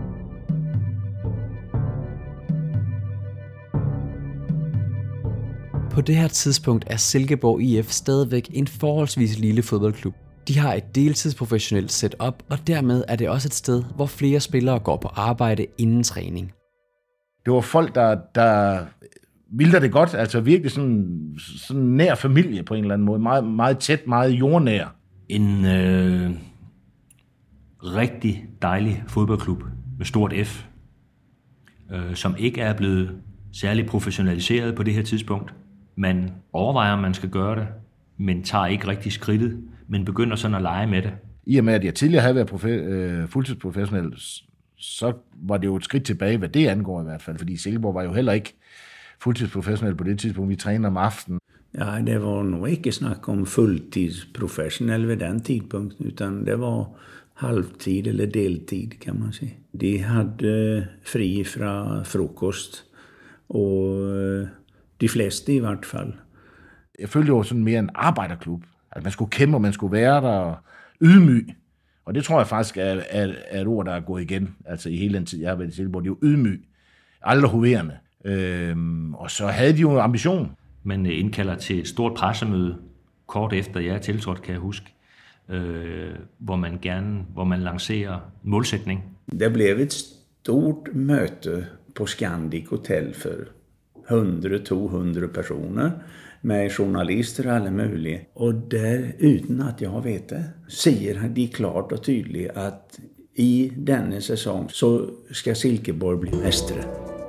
På det her tidspunkt er Silkeborg I F stadigvæk en forholdsvis lille fodboldklub. De har et deltidsprofessionelt setup, og dermed er det også et sted, hvor flere spillere går på arbejde inden træning. Det var folk, der, der ville det godt, altså virkelig sådan, sådan nær familie på en eller anden måde. Meget, meget tæt, meget jordnær. En øh, rigtig dejlig fodboldklub med stort F, øh, som ikke er blevet særlig professionaliseret på det her tidspunkt. Man overvejer, om man skal gøre det, men tager ikke rigtig skridtet, men begynder sådan at lege med det. I og med, at jeg tidligere havde været profe- øh, fuldtidsprofessionel, så var det jo et skridt tilbage, hvad det angår i hvert fald, fordi Silkeborg var jo heller ikke fuldtidsprofessionel på det tidspunkt, vi træner om aftenen. Ja, det var nog ikke snak om fuldtidsprofessionel ved den tidspunkten, utan det var halvtid eller deltid, kan man sige. De havde fri fra frokost, og de fleste i hvert fald. Jeg følte jo sådan mere en arbejderklub. At man skulle kæmpe, og man skulle være der og ydmyg. Og det tror jeg faktisk er, er, er et ord, der er gået igen. Altså i hele den tid, jeg har været i Silkeborg. Det er jo ydmyg. Aldrig hoverende. Øhm, og så havde de jo en ambition. Man indkalder til et stort pressemøde kort efter jeg er tiltrådt, kan jeg huske. Øh, hvor man gerne, hvor man lancerer målsætning. Det blev et stort møte på Scandic Hotel for hundra til to hundra personer med journalister og alle mulige. Og der, uden at jeg vet det, siger de klart og tydeligt, at i denne sæson så skal Silkeborg bli mestre.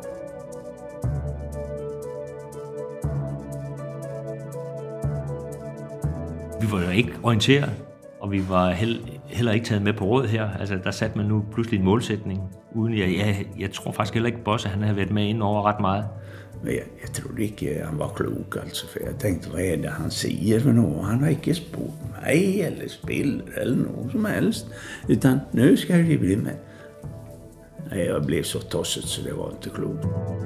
Vi var jo ikke orienteret, og vi var heller ikke taget med på råd her. Altså, der satte man nu pludselig en målsætning, uden jeg, jeg, jeg tror faktisk heller ikke, Bosse han havde været med ind over ret meget. Men jeg, jeg tror ikke, han var klok, altså, for jeg tænkte, hvad er det, han siger for noget? Han har ikke spurgt mig, eller spiller, eller noget som helst, utan nu skal de blive med. Jeg blev så tosset, så det var ikke klokt.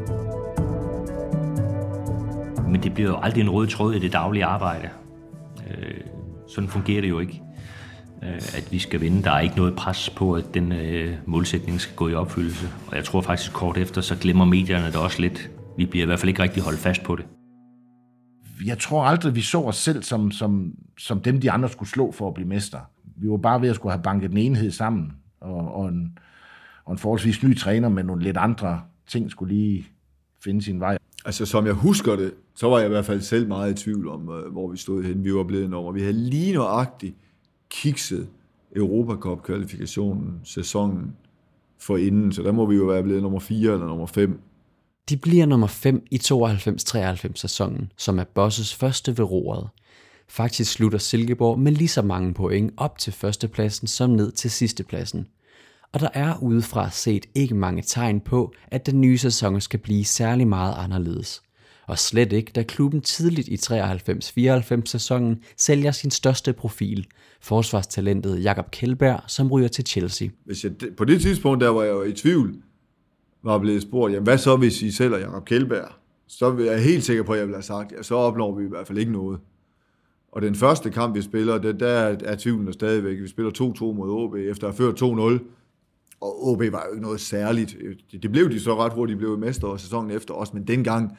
Men det bliver jo aldrig en rød tråd i det daglige arbejde. Øh, sådan fungerer det jo ikke, øh, at vi skal vinde. Der er ikke noget pres på, at den øh, målsætning skal gå i opfyldelse. Og jeg tror faktisk kort efter, så glemmer medierne det også lidt. Vi bliver i hvert fald ikke rigtig holdt fast på det. jeg tror aldrig, vi så os selv som, som, som dem, de andre skulle slå for at blive mester. Vi var bare ved at skulle have banket en enhed sammen, og, og, en, og en forholdsvis ny træner med nogle lidt andre ting skulle lige finde sin vej. Altså, som jeg husker det, så var jeg i hvert fald selv meget i tvivl om, hvor vi stod hen. Vi var blevet nummer. Vi havde lige nøjagtigt kikset Europacup-kvalifikationen, sæsonen for inden, så der må vi jo være blevet nummer fire eller nummer fem. De bliver nummer fem i tooghalvfems treoghalvfems sæsonen, som er Bosses første ved roret. Faktisk slutter Silkeborg med lige så mange point op til førstepladsen som ned til sidstepladsen. Og der er udefra set ikke mange tegn på, at den nye sæson skal blive særlig meget anderledes. Og slet ikke, da klubben tidligt i treoghalvfems fireoghalvfems sæsonen sælger sin største profil, forsvarstalentet Jakob Kjeldberg, som ryger til Chelsea. Hvis jeg, på det tidspunkt, der var jeg jo i tvivl, var blevet spurgt, jamen hvad så hvis I sælger Jakob Kjeldberg? Så er jeg helt sikker på, at jeg ville have sagt, ja, så opnår vi i hvert fald ikke noget. Og den første kamp, vi spiller, det, der er tvivlen der stadigvæk. Vi spiller to to mod O B efter at have ført to nul. Og O B var jo ikke noget særligt. Det blev de så ret hurtigt, de blev mestre og sæsonen efter os, men dengang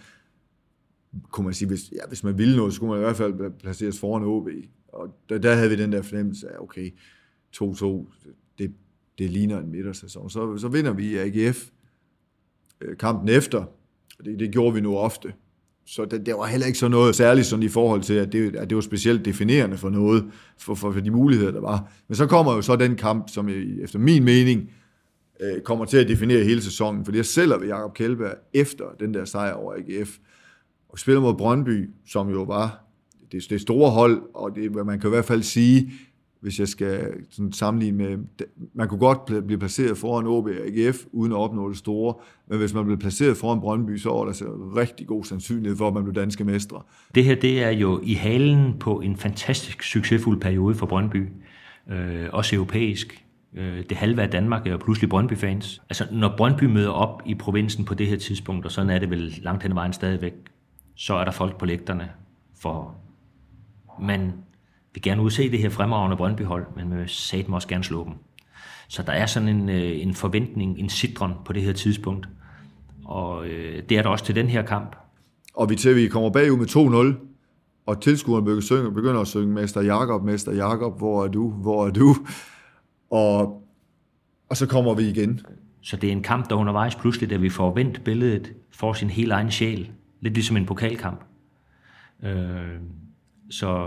kunne man sige, hvis, ja, hvis man ville noget, så kunne man i hvert fald placeres foran O B. Og der, der havde vi den der fornemmelse af, okay, to to, det, det ligner en midtersæson. Så, så vinder vi i A G F kampen efter, og det, det gjorde vi nu ofte. Så det, det var heller ikke så noget særligt sådan i forhold til, at det, at det var specielt definerende for noget, for, for, for de muligheder, der var. Men så kommer jo så den kamp, som efter min mening øh, kommer til at definere hele sæsonen, fordi jeg sælger ved Jakob Kjeldberg efter den der sejr over A G F, og spiller mod Brøndby, som jo var det, det store hold, og det, man kan i hvert fald sige, hvis jeg skal sådan sammenligne med, man kunne godt blive placeret foran O B og A G F, uden at opnå det store, men hvis man blev placeret foran Brøndby, så var der så rigtig god sandsynlighed for, at man blev danske mestre. Det her, det er jo i halen på en fantastisk succesfuld periode for Brøndby, øh, også europæisk. Øh, det halve af Danmark er jo pludselig Brøndby-fans. Altså, når Brøndby møder op i provinsen på det her tidspunkt, og sådan er det vel langt hen ad vejen stadigvæk, så er der folk på lægterne, for man vil gerne udse det her fremragende Brøndby-hold, men man vil satme også gerne slå dem. Så der er sådan en, en forventning, en sidron på det her tidspunkt, og øh, det er der også til den her kamp. Og vi til vi kommer bagud med to nul, og tilskuerne begynder at synge, Mester Jakob, Mester Jakob, hvor er du, hvor er du? Og, og så kommer vi igen. Så det er en kamp, der undervejs pludselig, da vi får vendt billedet, får sin helt egen sjæl. Lidt ligesom en pokalkamp. Øh, så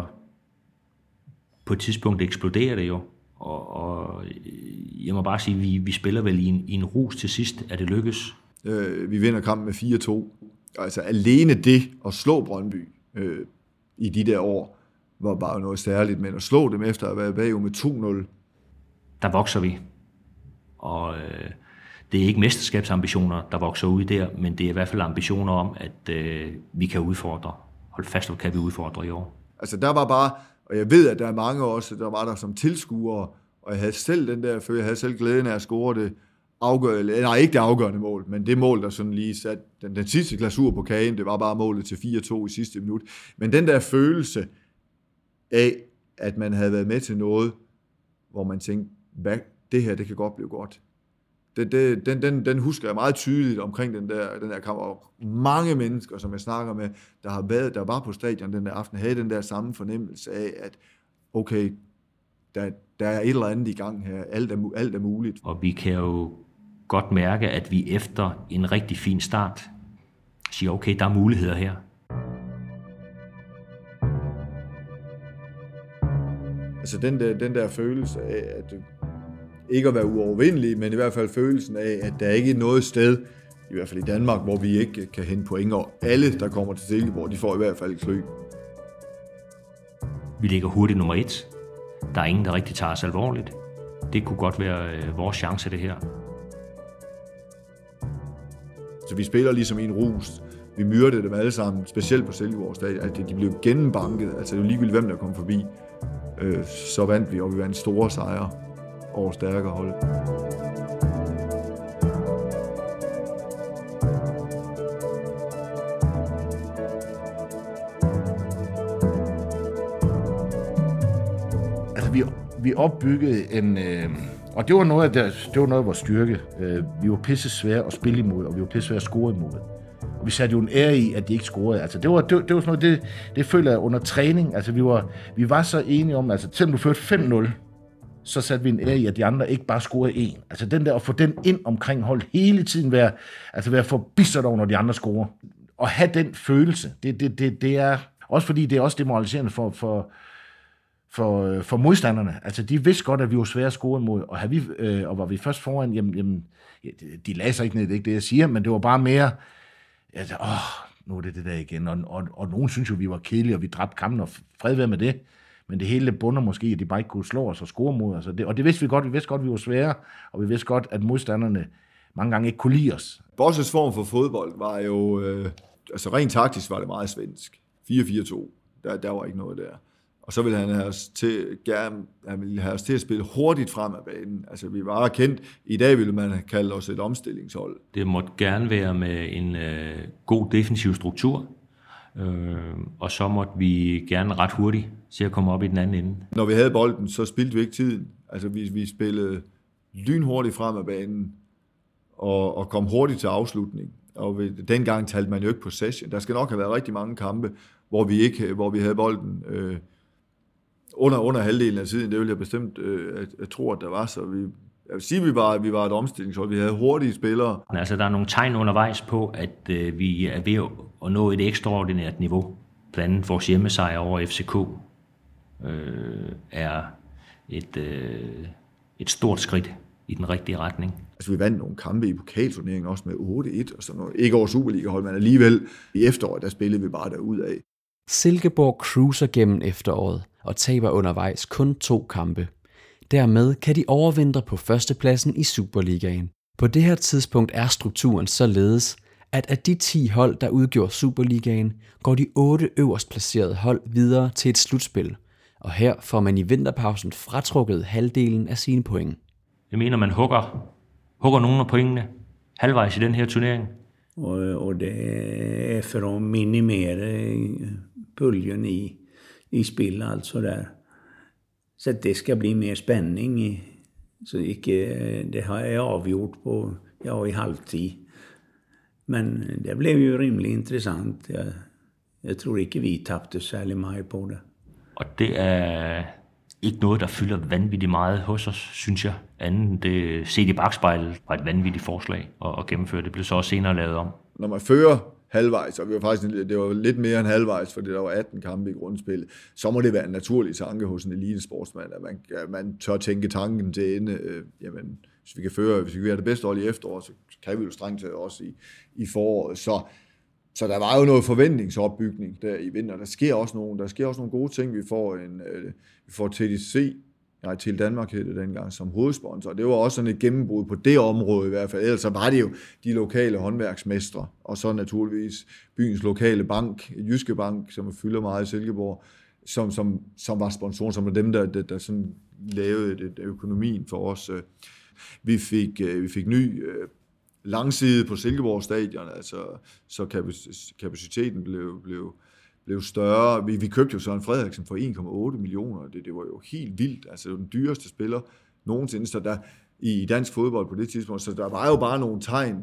på et tidspunkt eksploderer det jo, og, og jeg må bare sige, at vi, vi spiller vel i en, i en rus til sidst, at det lykkes. Øh, vi vinder kampen med fire to. Altså alene det at slå Brøndby øh, i de der år, var bare noget særligt, men at slå dem efter at være bagud med to nul. Der vokser vi, og øh, det er ikke mesterskabsambitioner, der vokser ud der, men det er i hvert fald ambitioner om, at øh, vi kan udfordre. Hold fast, hvor kan vi udfordre i år. Altså der var bare, og jeg ved, at der er mange også, der var der som tilskuere, og jeg havde selv den der, for jeg havde selv glæden af at score det afgørende, nej ikke det afgørende mål, men det mål, der sådan lige satte den, den sidste glasur på kagen, det var bare målet til fire to i sidste minut. Men den der følelse af, at man havde været med til noget, hvor man tænkte, hvad, det her, det kan godt blive godt. Det, det, den, den, den husker jeg meget tydeligt omkring den der, den der kamp, og mange mennesker, som jeg snakker med, der har været, der var på stadion den der aften, havde den der samme fornemmelse af, at okay, der, der er et eller andet i gang her, alt er, alt er muligt. Og vi kan jo godt mærke, at vi efter en rigtig fin start siger, okay, der er muligheder her. Altså den der, den der følelse af, at ikke at være uovervindelig, men i hvert fald følelsen af, at der ikke er noget sted, i hvert fald i Danmark, hvor vi ikke kan hente point, og alle, der kommer til Silkeborg, de får i hvert fald et klø. Vi ligger hurtigt nummer et. Der er ingen, der rigtig tager os alvorligt. Det kunne godt være øh, vores chance, det her. Så vi spiller ligesom i en rus. Vi myrdede dem alle sammen, specielt på Silkeborg stadion. Altså, de blev gennembanket. Altså, det var ligegyldigt, hvem der kom forbi. Øh, så vandt vi, og vi vandt store sejre over stærkere hold. Altså, vi, vi opbyggede en... Øh, og det var noget af, det, det var noget af vores styrke. Øh, vi var pisse svære at spille imod, og vi var pisse svære at score imod. vi satte jo en ære i, at de ikke scorede. Altså, det var, det, det var sådan noget, det, det føler jeg under træning. Altså, vi var, vi var så enige om, altså, selvom du førte fem nul, så satte vi en ære i, at de andre ikke bare scorede en. Altså, den der, at få den ind omkring hold hele tiden, være, altså være forbistret over, når de andre scorer. Og have den følelse, det, det, det, det er også fordi, det er også demoraliserende for, for, for, for modstanderne. Altså, de vidste godt, at vi var svære at score imod, og, havde vi, øh, og var vi først foran, jamen, jamen de lagde sig ikke ned, det er ikke det, jeg siger, men det var bare mere, at åh, nu er det det der igen, og, og, og nogen synes jo, vi var kedelige, og vi dræbte kampen, og fred være med det, men det hele bunder måske, at de bare ikke kunne slå os og score mod os, og det, og det vidste vi godt, vi vidste godt, at vi var svære, og vi vidste godt, at modstanderne mange gange ikke kunne lide os. Bosses form for fodbold var jo, øh, altså rent taktisk var det meget svensk, fire fire to, der, der var ikke noget der. Og så ville han have os til, gerne, han ville have os til at spille hurtigt frem af banen. Altså, vi var kendt. I dag ville man kalde os et omstillingshold. Det måtte gerne være med en øh, god defensiv struktur, øh, og så måtte vi gerne ret hurtigt se at komme op i den anden ende. Når vi havde bolden, så spildte vi ikke tiden. Altså, vi, vi spillede lynhurtigt frem af banen og, og kom hurtigt til afslutning. Og ved, dengang talte man jo ikke possession. Der skal nok have været rigtig mange kampe, hvor vi, ikke, hvor vi havde bolden øh, Under, under halvdelen af tiden, det ville jeg bestemt øh, at, at tro, at der var. Så vi, jeg vil sige, at vi var, at vi var et omstillingshold. Vi havde hurtige spillere. Altså, der er nogle tegn undervejs på, at øh, vi er ved at nå et ekstraordinært niveau. Blandt andet vores hjemmesejr over F C K øh, er et, øh, et stort skridt i den rigtige retning. Altså, vi vandt nogle kampe i pokalturneringen også med otte et og sådan noget. Ikke over Superliga-hold, men alligevel i efteråret, der spillede vi bare derudad. Silkeborg cruiser gennem efteråret og taber undervejs kun to kampe. Dermed kan de overvintre på førstepladsen i Superligaen. På det her tidspunkt er strukturen således, at af de ti hold, der udgjorde Superligaen, går de otte øverst placerede hold videre til et slutspil. Og her får man i vinterpausen fratrukket halvdelen af sine point. Jeg mener, man hugger, hugger nogle af pointene halvvejs i den her turnering. Og, og det er for at minimere puljen i, i spillet, altså der. Så det skal bli mere spænding i, så ikke, det har jeg afgjort på, ja, i halvtid. Men det blev jo rimelig interessant. Jeg, jeg tror ikke, vi tabte særlig meget på det. Og det er ikke noget, der fylder vanvittigt meget hos os, synes jeg. Anden det set i bagspejlet var et vanvittigt forslag at, at gennemføre. Det blev så også senere lavet om. Når man fører halvvejs, og vi var faktisk, det var lidt mere end halvvejs, fordi der var atten kampe i grundspillet, så må det være en naturlig tanke hos en elitesportsmand, at man, at man tør tænke tanken til ende. Øh, jamen, hvis vi kan føre, hvis vi kan være det bedste hold i efteråret, så kan vi jo strengt taget også i, i foråret. Så, så der var jo noget forventningsopbygning der i vinter. Der sker også nogle, der sker også nogle gode ting. Vi får en, øh, vi får T D C, nej, til Danmark hed det dengang, som hovedsponsor. Det var også sådan et gennembrud på det område i hvert fald. Ellers så var det jo de lokale håndværksmestre, og så naturligvis byens lokale bank, Jyske Bank, som fylder meget i Silkeborg, som, som, som var sponsoren, som var dem, der, der, der sådan lavede det, der økonomien for os. Vi fik, vi fik ny langside på Silkeborg Stadion, altså, så kapaciteten blev, blev blev større. Vi, vi købte jo Søren Frederiksen for en komma otte millioner. Det, det var jo helt vildt. Altså, det var den dyreste spiller nogensinde så der, i dansk fodbold på det tidspunkt. Så der var jo bare nogle tegn.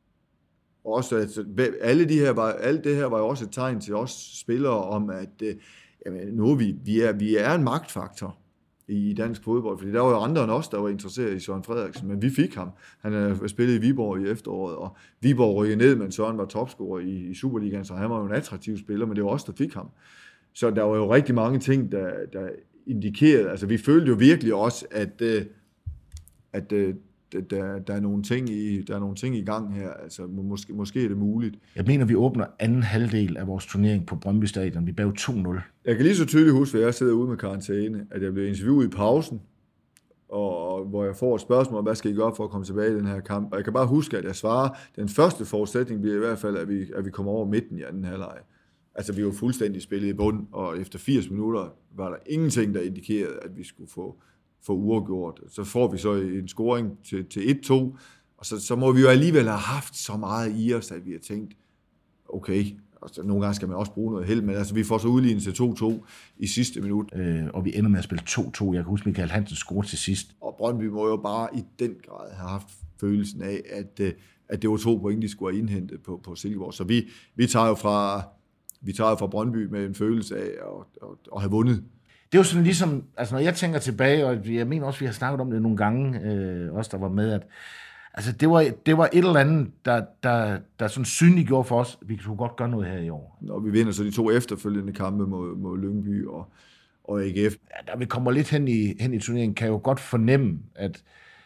Også, altså, alle de her var, alt det her var jo også et tegn til os spillere om, at øh, jamen, nu er vi, vi, er, vi er en magtfaktor i dansk fodbold, fordi der var jo andre end os, der var interesseret i Søren Frederiksen, men vi fik ham. Han har spillet i Viborg i efteråret, og Viborg rykkede ned, men Søren var topscorer i, i Superligaen, så han var jo en attraktiv spiller, men det var os, der fik ham. Så der var jo rigtig mange ting, der, der indikerede, altså vi følte jo virkelig også, at, at, at der, der, er nogle ting i, der er nogle ting i gang her, altså måske, måske er det muligt. Jeg mener, vi åbner anden halvdel af vores turnering på Brøndby Stadion. Vi bag to nul. Jeg kan lige så tydeligt huske, at jeg sidder ude med karantæne, at jeg blev interviewet i pausen, og hvor jeg får et spørgsmål, hvad skal I gøre for at komme tilbage i den her kamp? Og jeg kan bare huske, at jeg svarer, den første forudsætning bliver i hvert fald, at vi, at vi kommer over midten i anden halvleg. Altså, vi var fuldstændig spillet i bund, og efter firs minutter var der ingenting, der indikerede, at vi skulle få, få uafgjort. Så får vi så en scoring til, til et to, og så, så må vi jo alligevel have haft så meget i os, at vi har tænkt, okay, altså, nogle gange skal man også bruge noget held, men altså, vi får så udlignet til to to i sidste minut. Øh, og vi ender med at spille to to. Jeg kan huske, Michael Hansen scorede til sidst. Og Brøndby må jo bare i den grad have haft følelsen af, at, at det var to point, de skulle have indhentet på, på Silkeborg. Så vi, vi tager jo fra, vi tager jo fra Brøndby med en følelse af at, at, at have vundet. Det er jo sådan ligesom, altså når jeg tænker tilbage, og jeg mener også, vi har snakket om det nogle gange, øh, os der var med, at altså det var, det var et eller andet, der, der, der sådan synliggjorde for os, at vi kunne godt gøre noget her i år. Når vi vinder så de to efterfølgende kampe mod, mod Lyngby og, og A G F. Ja, da vi kommer lidt hen i, hen i turneringen, kan jeg jo godt fornemme, at,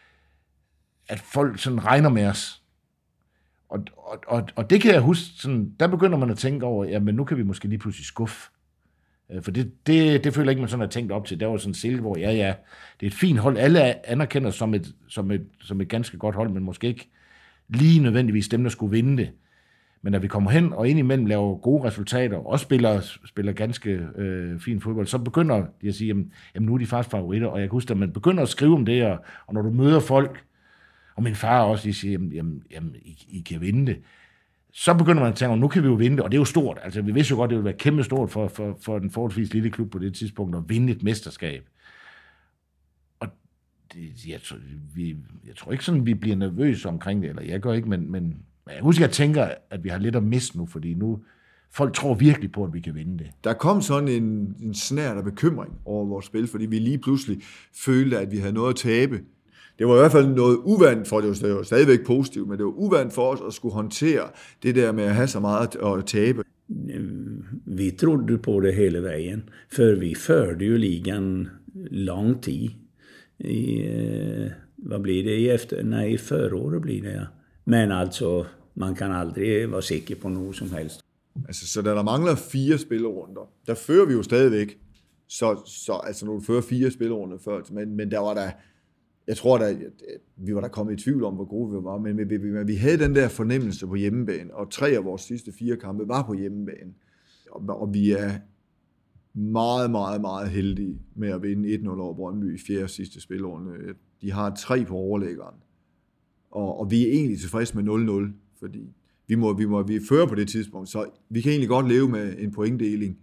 at folk sådan regner med os. Og, og, og, og det kan jeg huske, sådan, der begynder man at tænke over, jamen nu kan vi måske lige pludselig skuffe. For det, det, det føler jeg ikke, man sådan har tænkt op til. Der var sådan Silkeborg, ja ja, det er et fint hold. Alle anerkender som et, som et, som et ganske godt hold, men måske ikke lige nødvendigvis dem, der skulle vinde det. Men når vi kommer hen og indimellem laver gode resultater, og også spiller, spiller ganske øh, fin fodbold, så begynder de at sige, jamen, jamen nu er de faktisk favoritter. Og jeg kan huske, at man begynder at skrive om det, og, og når du møder folk, og min far også, de siger, jamen, jamen, jamen I, I kan vinde det. Så begynder man at tænke, nu kan vi jo vinde det, og det er jo stort. Altså, vi vidste jo godt, det ville være kæmpe stort for, for, for den forholdsvis lille klub på det tidspunkt at vinde et mesterskab. Og det, jeg, vi, jeg tror ikke sådan, vi bliver nervøse omkring det, eller jeg gør ikke, men, men jeg husker, jeg tænker, at vi har lidt at miste nu, fordi nu folk tror virkelig på, at vi kan vinde det. Der kom sådan en, en snært af bekymring over vores spil, fordi vi lige pludselig følte, at vi havde noget at tabe. Det var i hvert fald noget uvandt for, det var stadigvæk positivt, men det var uvandt for os at skulle håndtere det der med at have så meget at tabe. Vi trodde på det hele vejen, for vi førte jo ligan lang tid. I, hvad blir det i efter? Nej, i foråret blir det, ja. Men altså, man kan aldrig være sikker på noget som helst. Altså, så da der mangler fire spillerunder, der fører vi jo stadigvæk. Så, så altså, når du fører fire spillerunder før, men, men der var der... Jeg tror da, vi var der kommet i tvivl om, hvor gode vi var, men vi, vi, vi havde den der fornemmelse på hjemmebane, og tre af vores sidste fire kampe var på hjemmebane. Og, og vi er meget, meget, meget heldige med at vinde et nul over Brøndby i fjerde sidste spilrunde. De har tre på overlæggeren, og, og vi er egentlig tilfredse med nul nul, fordi vi må, vi må vi fører på det tidspunkt, så vi kan egentlig godt leve med en pointdeling.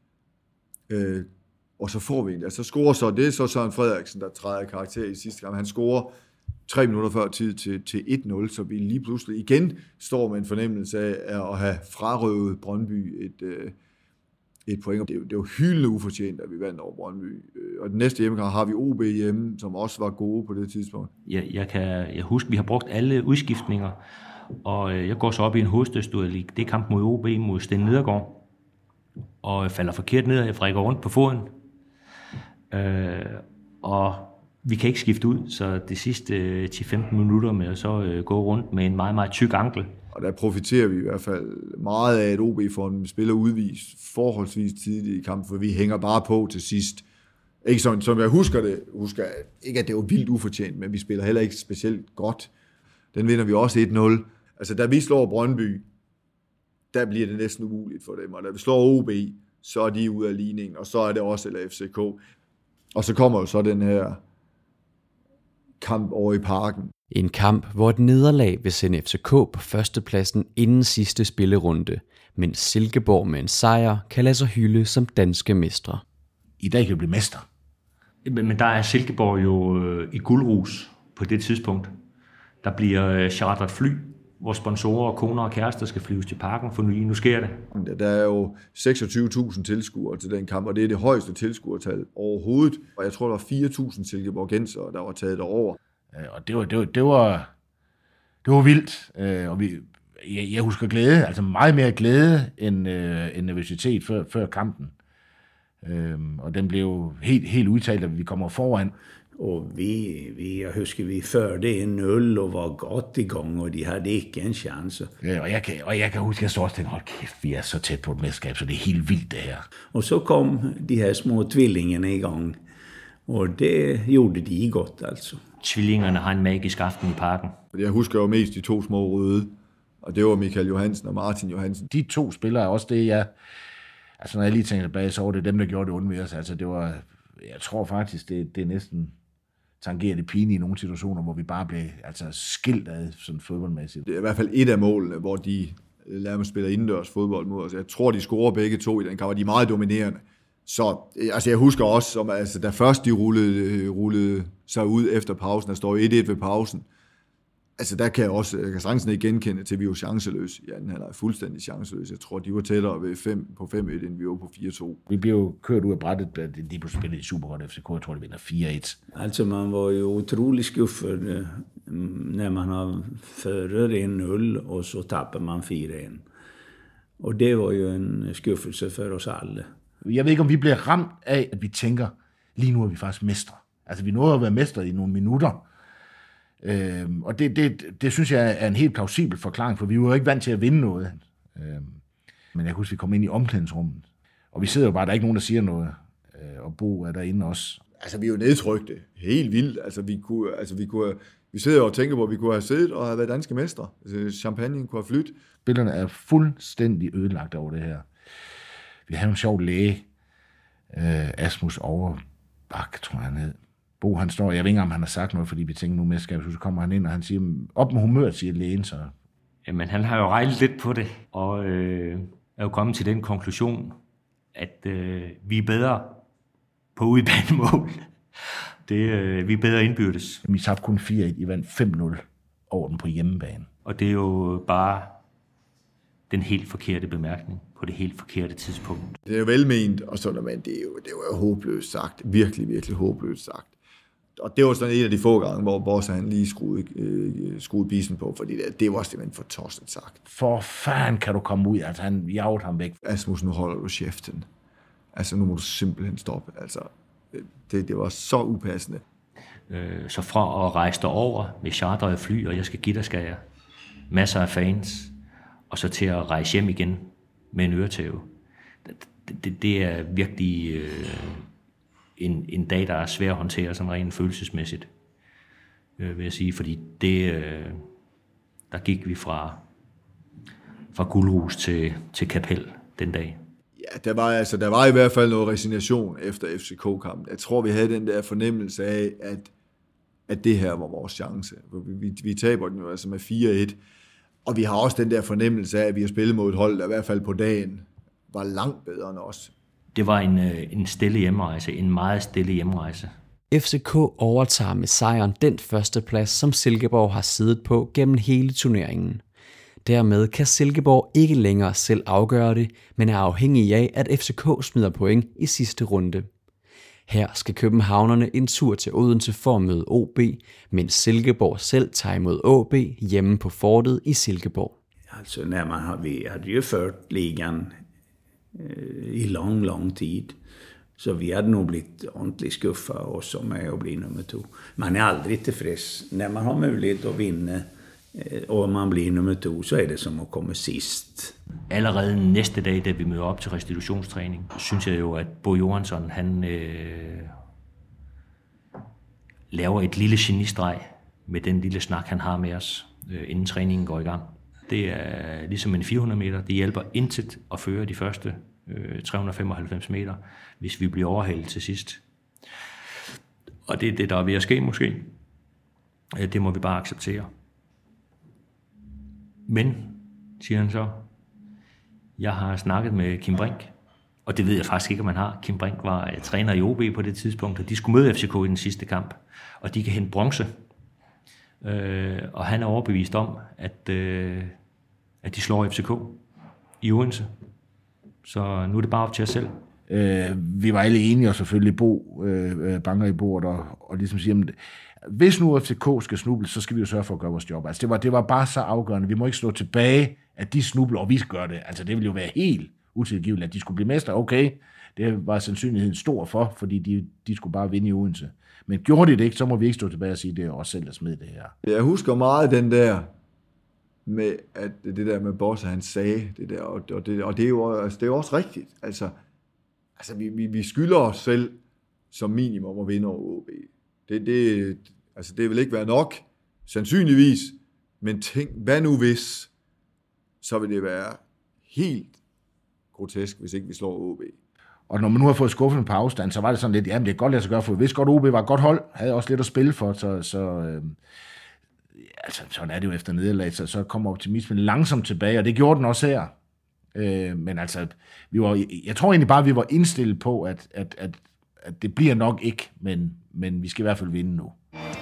Øh, Og så får vi en der. Så scorer så, det er så Søren Frederiksen, der træder karakter i sidste kamp. Han scorer tre minutter før tid til, til et nul, så vi lige pludselig igen står med en fornemmelse af at have frarøvet Brøndby et, et point. Det er, jo, det er jo hyldende ufortjent, at vi vandt over Brøndby. Og den næste hjemmekamp har vi O B hjemme, som også var gode på det tidspunkt. Jeg, jeg kan jeg husker, vi har brugt alle udskiftninger, og jeg går så op i en hovedstødsduel i det kamp mod O B mod Sten Nedergaard, og falder forkert ned, og jeg frækker rundt på foden. Øh, og vi kan ikke skifte ud, så de sidste ti til femten minutter med at så øh, gå rundt med en meget, meget tyk ankel. Og der profiterer vi i hvert fald meget af, at O B får en spiller udvist forholdsvis tidligt i kampen, for vi hænger bare på til sidst. Ikke som, som jeg husker det, husker ikke at det var vildt ufortjent, men vi spiller heller ikke specielt godt. Den vinder vi også et nul. Altså da vi slår Brøndby, der bliver det næsten umuligt for dem, og da vi slår O B, så er de ude af ligningen, og så er det også eller F C K. Og så kommer jo så den her kamp over i Parken. En kamp, hvor et nederlag vil sende F C K på førstepladsen inden sidste spillerunde, mens Silkeborg med en sejr kan lade sig hylde som danske mestre. I dag kan vi blive mester. Men der er Silkeborg jo i guldrus på det tidspunkt. Der bliver chartret fly, hvor sponsorer, koner og kærester skal flyves til Parken, for nu, nu sker det. Der er jo seksogtyve tusind tilskuere til den kamp, og det er det højeste tilskuertal overhovedet. Og jeg tror, der var fire tusind silkeborgensere, der var taget derover. Og det var, det var, det var, det var vildt. Og vi, jeg, jeg husker glæde, altså meget mere glæde end, end nervøsitet før, før kampen. Og den blev helt, helt udtalt, at vi kommer foran. Og vi, vi, jeg husker, vi førte en nul og var godt i gang, og de havde ikke en chance. Ja, og, jeg kan, og jeg kan huske, at jeg så også tænkte, hold kæft, vi er så tæt på et mesterskab, så det er helt vildt det her. Og så kom de her små tvillingerne i gang, og det gjorde de godt altså. Tvillingerne har en magisk aften i Parken. Jeg husker jo mest de to små røde, og det var Michael Johansen og Martin Johansen. De to spillere er også det, jeg... Altså når jeg lige tænker tilbage, så var det dem, der gjorde det ondt ved os. Altså det var... Jeg tror faktisk, det, det er næsten... tangerer det pinlige i nogle situationer, hvor vi bare blev altså, skilt ad sådan fodboldmæssigt. Det er i hvert fald et af målene, hvor de lader mig spille indendørs fodbold mod os. Jeg tror, de scorer begge to i den kamp, og de er meget dominerende. Så altså, jeg husker også, som, altså, da først de rullede, rullede sig ud efter pausen, der står et et ved pausen, Altså der kan jeg også, jeg kan sagtens ikke genkende til, at vi var chanceløse. Ja, den her er fuldstændig chanceløse. Jeg tror, de var tættere ved fem, på fem et, end vi var på fire to. Vi blev jo kørt ud af brettet, de på spillet i Supergodt F C K, jeg tror, de vinder fire et. Altså man var jo utrolig skuffet, når man har fører en nul, og så tapper man fire en. Og det var jo en skuffelse for os alle. Jeg ved ikke, om vi bliver ramt af, at vi tænker, lige nu er vi faktisk mestre. Altså vi nåede at være mestre i nogle minutter. Øhm, og det, det, det synes jeg er en helt plausibel forklaring, for vi var jo ikke vant til at vinde noget. Øhm, men jeg kan huske, vi kom ind i omklædningsrummet, og vi sidder jo bare, der er ikke nogen, der siger noget, øh, og Bo er derinde også. Altså vi er jo nedtrykte, helt vildt. Altså vi kunne, altså vi kunne, vi sidder jo og tænker på, at vi kunne have siddet og have været danske mestre. Altså champagne kunne have flyttet. Spillerne er fuldstændig ødelagt over det her. Vi havde en sjov læge, øh, Asmus Overbak, tror jeg han hed. Bo, han står, jeg ved ikke, om han har sagt noget, fordi vi tænker nu mesterskab, så kommer han ind, og han siger, op med humøret, siger lægen så. Jamen, han har jo regnet lidt på det, og øh, er jo kommet til den konklusion, at øh, vi er bedre på udebanemål. Det, øh, vi er bedre indbyrdes. Vi tabte kun fire et, I vandt fem nul over den på hjemmebane. Og det er jo bare den helt forkerte bemærkning på det helt forkerte tidspunkt. Det er jo velment, og sådan, men det er jo, det er jo håbløst sagt. Virkelig, virkelig håbløst sagt. Og det var sådan en af de få gange, hvor Boss han lige skruede, øh, skruede bisen på, fordi det, det var simpelthen for tosset sagt. For fanden kan du komme ud, altså han jagede ham væk. Asmus, nu holder du kæften. Altså nu må du simpelthen stoppe. Altså, det, det var så upassende. Øh, så fra at rejse derover med charteret fly, og jeg skal give dig, skal jeg masser af fans, og så til at rejse hjem igen med en øretæve. Det, det, det er virkelig øh, en, en dag, der er svær at håndtere sådan rent følelsesmæssigt, øh, vil jeg sige, fordi det, øh, der gik vi fra, fra Guldhus til, til Kapel den dag. Ja, der var, altså, der var i hvert fald noget resignation efter F C K-kampen. Jeg tror, vi havde den der fornemmelse af, at, at det her var vores chance. Vi, vi, vi taber den jo altså med fire et, og vi har også den der fornemmelse af, at vi har spillet mod et hold, der i hvert fald på dagen var langt bedre end os. Det var en, en stille hjemrejse, en meget stille hjemrejse. F C K overtager med sejren den første plads, som Silkeborg har siddet på gennem hele turneringen. Dermed kan Silkeborg ikke længere selv afgøre det, men er afhængig af, at F C K smider point i sidste runde. Her skal københavnerne en tur til Odense for at møde O B, mens Silkeborg selv tager imod O B hjemme på fortet i Silkeborg. Altså, när man har, vi hade ju fört ligan eh, i lång, lång tid. Så vi hade nog blivit ordentligt skuffa och som med att bli nummer två. Man är aldrig tillfreds. När man har möjlighet att vinna eh, och man blir nummer två, så är det som att komma sist. Allerede næste dag, da vi møder op til restitutionstræning, synes jeg jo, at Bo Johansson, han øh, laver et lille genistreg med den lille snak, han har med os, øh, inden træningen går i gang. Det er ligesom en fire hundrede meter. Det hjælper intet at føre de første øh, tre hundrede femoghalvfems meter, hvis vi bliver overhalet til sidst. Og det er det, der er ved at ske måske. Det må vi bare acceptere. Men, siger han så, jeg har snakket med Kim Brink, og det ved jeg faktisk ikke, om man har. Kim Brink var uh, træner i O B på det tidspunkt, og de skulle møde F C K i den sidste kamp, og de kan hente bronze. Uh, og han er overbevist om, at, uh, at de slår F C K i Odense. Så nu er det bare op til os selv. Øh, vi var alle enige, og selvfølgelig Bo øh, banker i bordet, og, og ligesom siger, at hvis nu F C K skal snuble, så skal vi jo sørge for at gøre vores job. Altså det var, det var bare så afgørende. Vi må ikke slå tilbage, at de snubler, og vi skal gøre det. Altså det ville jo være helt utilgiveligt, at de skulle blive mestre. Okay, det var sandsynligheden stor for, fordi de, de skulle bare vinde i Odense. Men gjorde de det ikke, så må vi ikke stå tilbage og sige, at det er os selv, der smed det her. Jeg husker meget den der, med at det der med Boss, han sagde det der, og, og, det, og det, er jo, altså, det er jo også rigtigt. Altså, altså vi, vi, vi skylder os selv som minimum at vinde over O B. Det, det, altså, det vil ikke være nok, sandsynligvis, men tænk, hvad nu hvis, så vil det være helt grotesk, hvis ikke vi slår O B. Og når man nu har fået skuffet på afstand, så var det sådan lidt, jamen det er godt lade sig gøre, for hvis godt O B var et godt hold, havde også lidt at spille for, så, så øh, altså sådan er det jo efter nederlag, så, så kommer optimismen langsomt tilbage, og det gjorde den også her. Øh, men altså, vi var, jeg tror egentlig bare, at vi var indstillet på, at, at, at, at det bliver nok ikke, men, men vi skal i hvert fald vinde nu.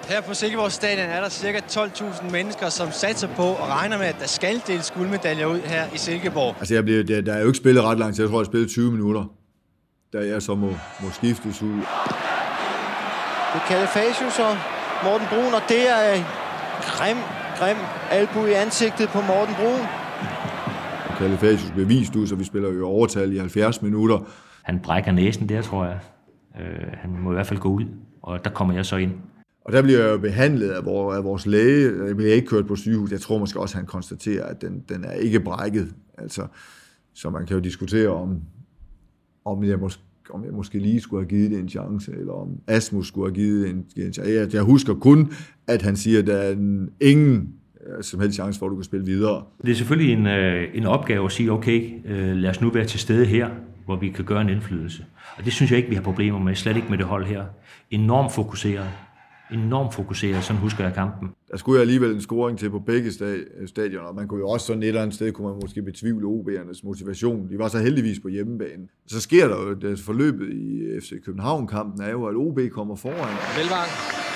Her på Silkeborg Stadion er der ca. tolv tusind mennesker, som satser på og regner med, at der skal deles guldmedaljer ud her i Silkeborg. Altså, jeg bliver, der, der er jo ikke spillet ret langt, så jeg tror, jeg spillede tyve minutter, da jeg så må, må skiftes ud. Det er Kalifasius og Morten Brun, og det er en grim, grim albu i ansigtet på Morten Brun. Kalifasius bliver vist ud, så vi spiller jo overtal i halvfjerds minutter. Han brækker næsen der, tror jeg. Øh, han må i hvert fald gå ud, og der kommer jeg så ind. Og der bliver jeg jo behandlet af vores, af vores læge. Jeg bliver ikke kørt på sygehus. Jeg tror måske også, at han konstaterer, at den, den er ikke brækket. Altså, så man kan jo diskutere, om, om, jeg måske, om jeg måske lige skulle have givet det en chance, eller om Asmus skulle have givet det en, en chance. Jeg, jeg husker kun, at han siger, at der er en, ingen som helst chance for, at du kan spille videre. Det er selvfølgelig en, en opgave at sige, okay, lad os nu være til stede her, hvor vi kan gøre en indflydelse. Og det synes jeg ikke, vi har problemer med, slet ikke med det hold her. Enormt fokuseret. Enormt fokuseret, sådan husker jeg kampen. Der skulle jeg alligevel en scoring til på begge stadioner, og man kunne jo også sådan et eller andet sted, kunne man måske betvivle O B'ernes motivation. De var så heldigvis på hjemmebane. Så sker der jo, det forløbet i F C København-kampen er jo, at O B kommer foran. Bellvang.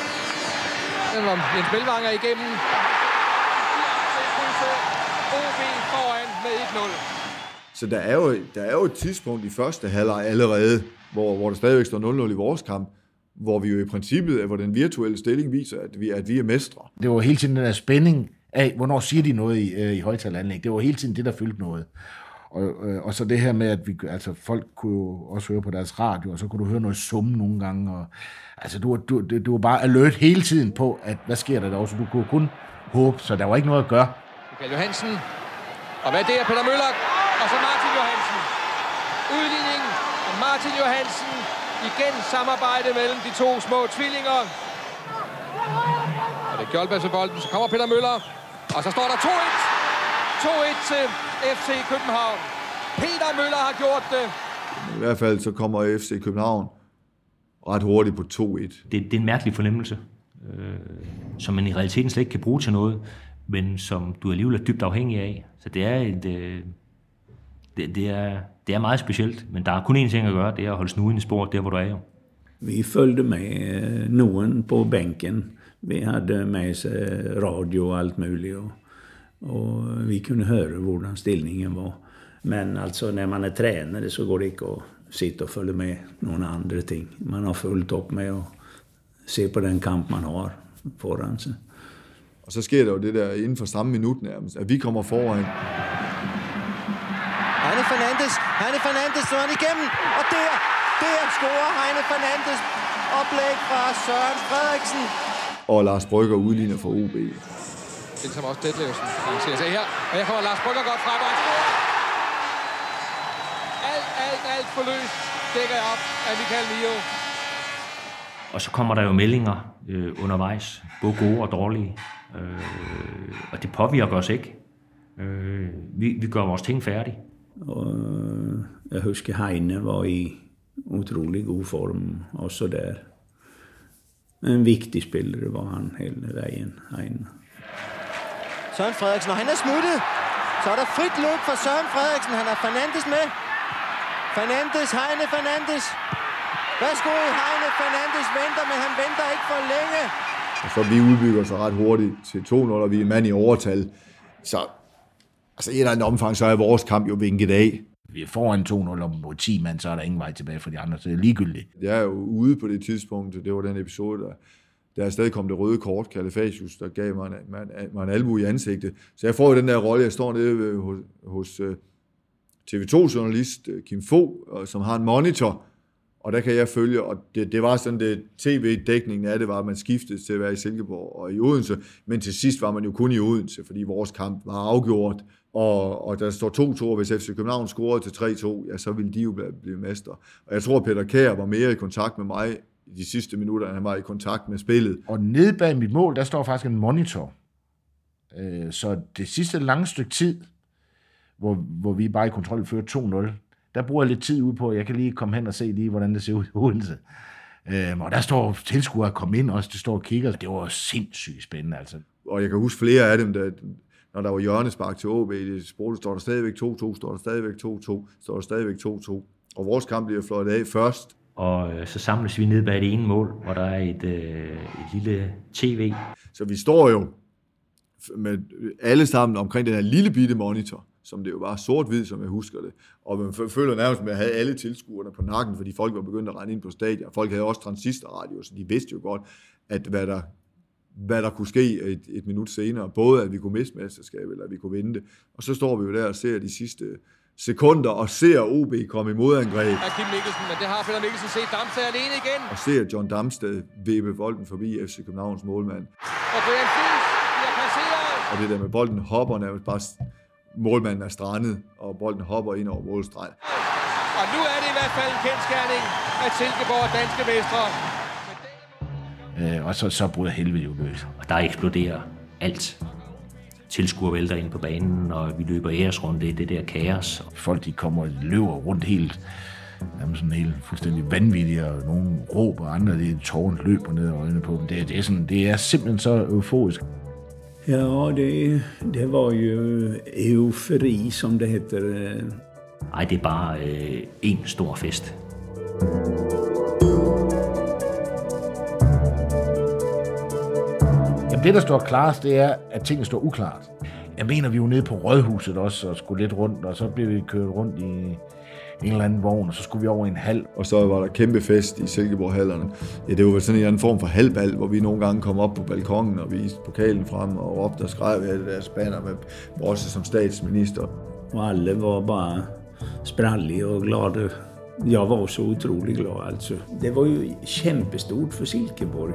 Jens Bellvang er igennem. O B foran med et nul. Så der er, jo, der er jo et tidspunkt i første halvleg allerede, hvor, hvor der stadigvæk står nul nul i vores kamp, hvor vi jo i princippet, hvor den virtuelle stilling viser, at vi, at vi er mestre. Det var hele tiden den der spænding af, hvornår siger de noget i, øh, i højtaleranlæg. Det var hele tiden det, der fyldte noget. Og, øh, og så det her med, at vi, altså, folk kunne jo også høre på deres radio, og så kunne du høre noget summe nogle gange. Og, altså, du, du, du var bare alert hele tiden på, at hvad sker der derovre, så du kunne kun håbe, så der var ikke noget at gøre. Michael Johansen, og hvad det er, Peter Møller, og så Martin Johansen. Udligning, og Martin Johansen. Igen samarbejde mellem de to små tvillinger. Og det er Kjolberg til bolden, så kommer Peter Møller. Og så står der to et. to et til F C København. Peter Møller har gjort det. I hvert fald så kommer F C København ret hurtigt på to et. Det, det er en mærkelig fornemmelse, øh, som man i realiteten slet ikke kan bruge til noget, men som du alligevel er dybt afhængig af. Så det er et... Øh, Det, det, er, det er meget specielt, men der er kun én ting at gøre, det er at holde snuden i sporet der, hvor du er jo. Vi följde med nogen på bänken. Vi hade med sig radio og alt muligt, og, og vi kunne høre, hvordan stillingen var. Men altså, når man er tränare så går det ikke at sitte og følge med nogle andre ting. Man har fulgt op med at se på den kamp, man har foran sig. Og så sker der jo det der inden for samme minut nærmest, at vi kommer foran. Heine Fernandes, Heine Fernandes, så er han igennem, og der, der scorer Heine Fernandes oplæg fra Søren Frederiksen. Og Lars Brygger udligner for O B. Det som også Detlevsen ser sig her, og her kommer Lars Brygger godt frem, og han scorer. Alt, alt, alt forløst dækker jeg op af Michael Mio. Og så kommer der jo meldinger øh, undervejs, både gode og dårlige, øh, og det påvirker os ikke. Øh, vi, vi gør vores ting færdige. Og jeg husker Heine var i utrolig god form også der. En vigtig spiller var han hele vejen, Heine. Søren Frederiksen, og han er smuttet. Så er der frit løb for Søren Frederiksen. Han har Fernandes med. Fernandes, Heine Fernandes. Værsgo, Heine Fernandes venter, men han venter ikke for længe. Og så vi udbygger så ret hurtigt til to nul, og vi er en mand i overtal. Så altså, i et eller andet omfang, så er vores kamp jo vinket af. Vi er foran to nul om mod ti mand, så er der ingen vej tilbage for de andre, så det er ligegyldigt. Jeg er jo ude på det tidspunkt, det var den episode, der, der er stadig kom det røde kort, Kalifasius, der gav mig en, mig en albu i ansigtet. Så jeg får jo den der rolle, jeg står nede hos, hos T V to-journalist Kim Fogh, som har en monitor, og der kan jeg følge, og det, det var sådan, det tv-dækningen af det var, at man skiftede til at være i Silkeborg og i Odense, men til sidst var man jo kun i Odense, fordi vores kamp var afgjort, og, og der står to to, hvis F C København scorede til tre to, ja, så ville de jo blive, blive mester. Og jeg tror, at Peter Kjær var mere i kontakt med mig i de sidste minutter, end han var i kontakt med spillet. Og nede bag mit mål, der står faktisk en monitor. Så det sidste lange stykke tid, hvor, hvor vi bare i kontrol fører to nul, der bruger jeg lidt tid ud på, jeg kan lige komme hen og se lige, hvordan det ser ud i Odense. Øhm, og der står tilskuere at komme ind også, det står og kigger. Det var sindssygt spændende, altså. Og jeg kan huske flere af dem, der, når der var hjørnespark til O B i det sport, står der stadigvæk to to, står der stadigvæk to to, står der stadigvæk to to. Og vores kamp bliver fløjtet af først. og øh, så samles vi ned bag det ene mål, hvor der er et, øh, et lille tv. Så vi står jo med alle sammen omkring den her lille bitte monitor, som det jo var sort-hvid, som jeg husker det. Og man føler nærmest, at jeg havde alle tilskuerne på nakken, fordi folk var begyndt at rende ind på stadion. Folk havde også transistorradio, så de vidste jo godt, at hvad der, hvad der kunne ske et, et minut senere. Både at vi kunne miste mesterskabet, eller at vi kunne vinde det. Og så står vi jo der og ser de sidste sekunder, og ser O B komme i modangreb. Af Kim Mikkelsen, men det har Peter Mikkelsen set. Damsted alene igen. Og ser John Damsted vippe bolden forbi F C Københavns målmand. Og Brian Friis bliver passeret. Og det der med bolden hopper nærmest bare... Målmanden er strandet, og bolden hopper ind over målstregen. Og nu er det i hvert fald en kendskærning, at Silkeborg er danske mestre. Øh, og så, så bryder helvede jo løs. Og der eksploderer alt. Tilskuer vælter ind på banen, og vi løber æresrunde i det der kaos. Folk de kommer og løber rundt helt, jamen sådan helt fuldstændig vanvittige, og nogle råber, og andre det er tårnet løber ned og øjnene på dem. Det, det, er sådan, det er simpelthen så euforisk. Ja, det, det var jo eufori, som det heter. Ej, det er bare øh, en stor fest. Jamen det, der står klarest, det er, at tingene står uklart. Jeg mener, vi er jo nede på Rådhuset også, og skulle lidt rundt, og så blev vi kørt rundt i en eller anden vogn, og så skulle vi over i en hal. Og så var der kæmpe fest i Silkeborg-hallerne. Ja, det var vel sådan en anden form for halvbal, hvor vi nogle gange kom op på balkongen og viste pokalen frem og råbte og skreg ved det der spanner med Brosse som statsminister. Og alle var bare sprallige og glade. Jeg var så utrolig glad, altså. Det var jo kæmpestort for Silkeborg.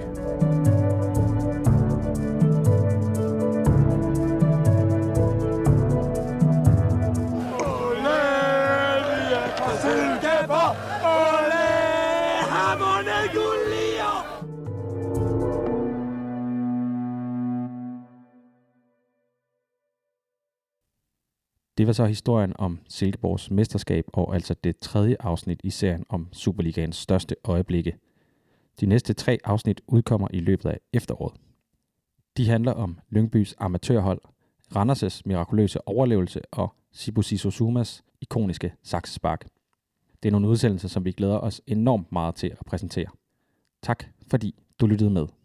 Det var så historien om Silkeborgs mesterskab og altså det tredje afsnit i serien om Superligaens største øjeblikke. De næste tre afsnit udkommer i løbet af efteråret. De handler om Lyngbys amatørhold, Randers' mirakuløse overlevelse og Sibusiso Zumas ikoniske saksespark. Det er nogle udsendelser, som vi glæder os enormt meget til at præsentere. Tak fordi du lyttede med.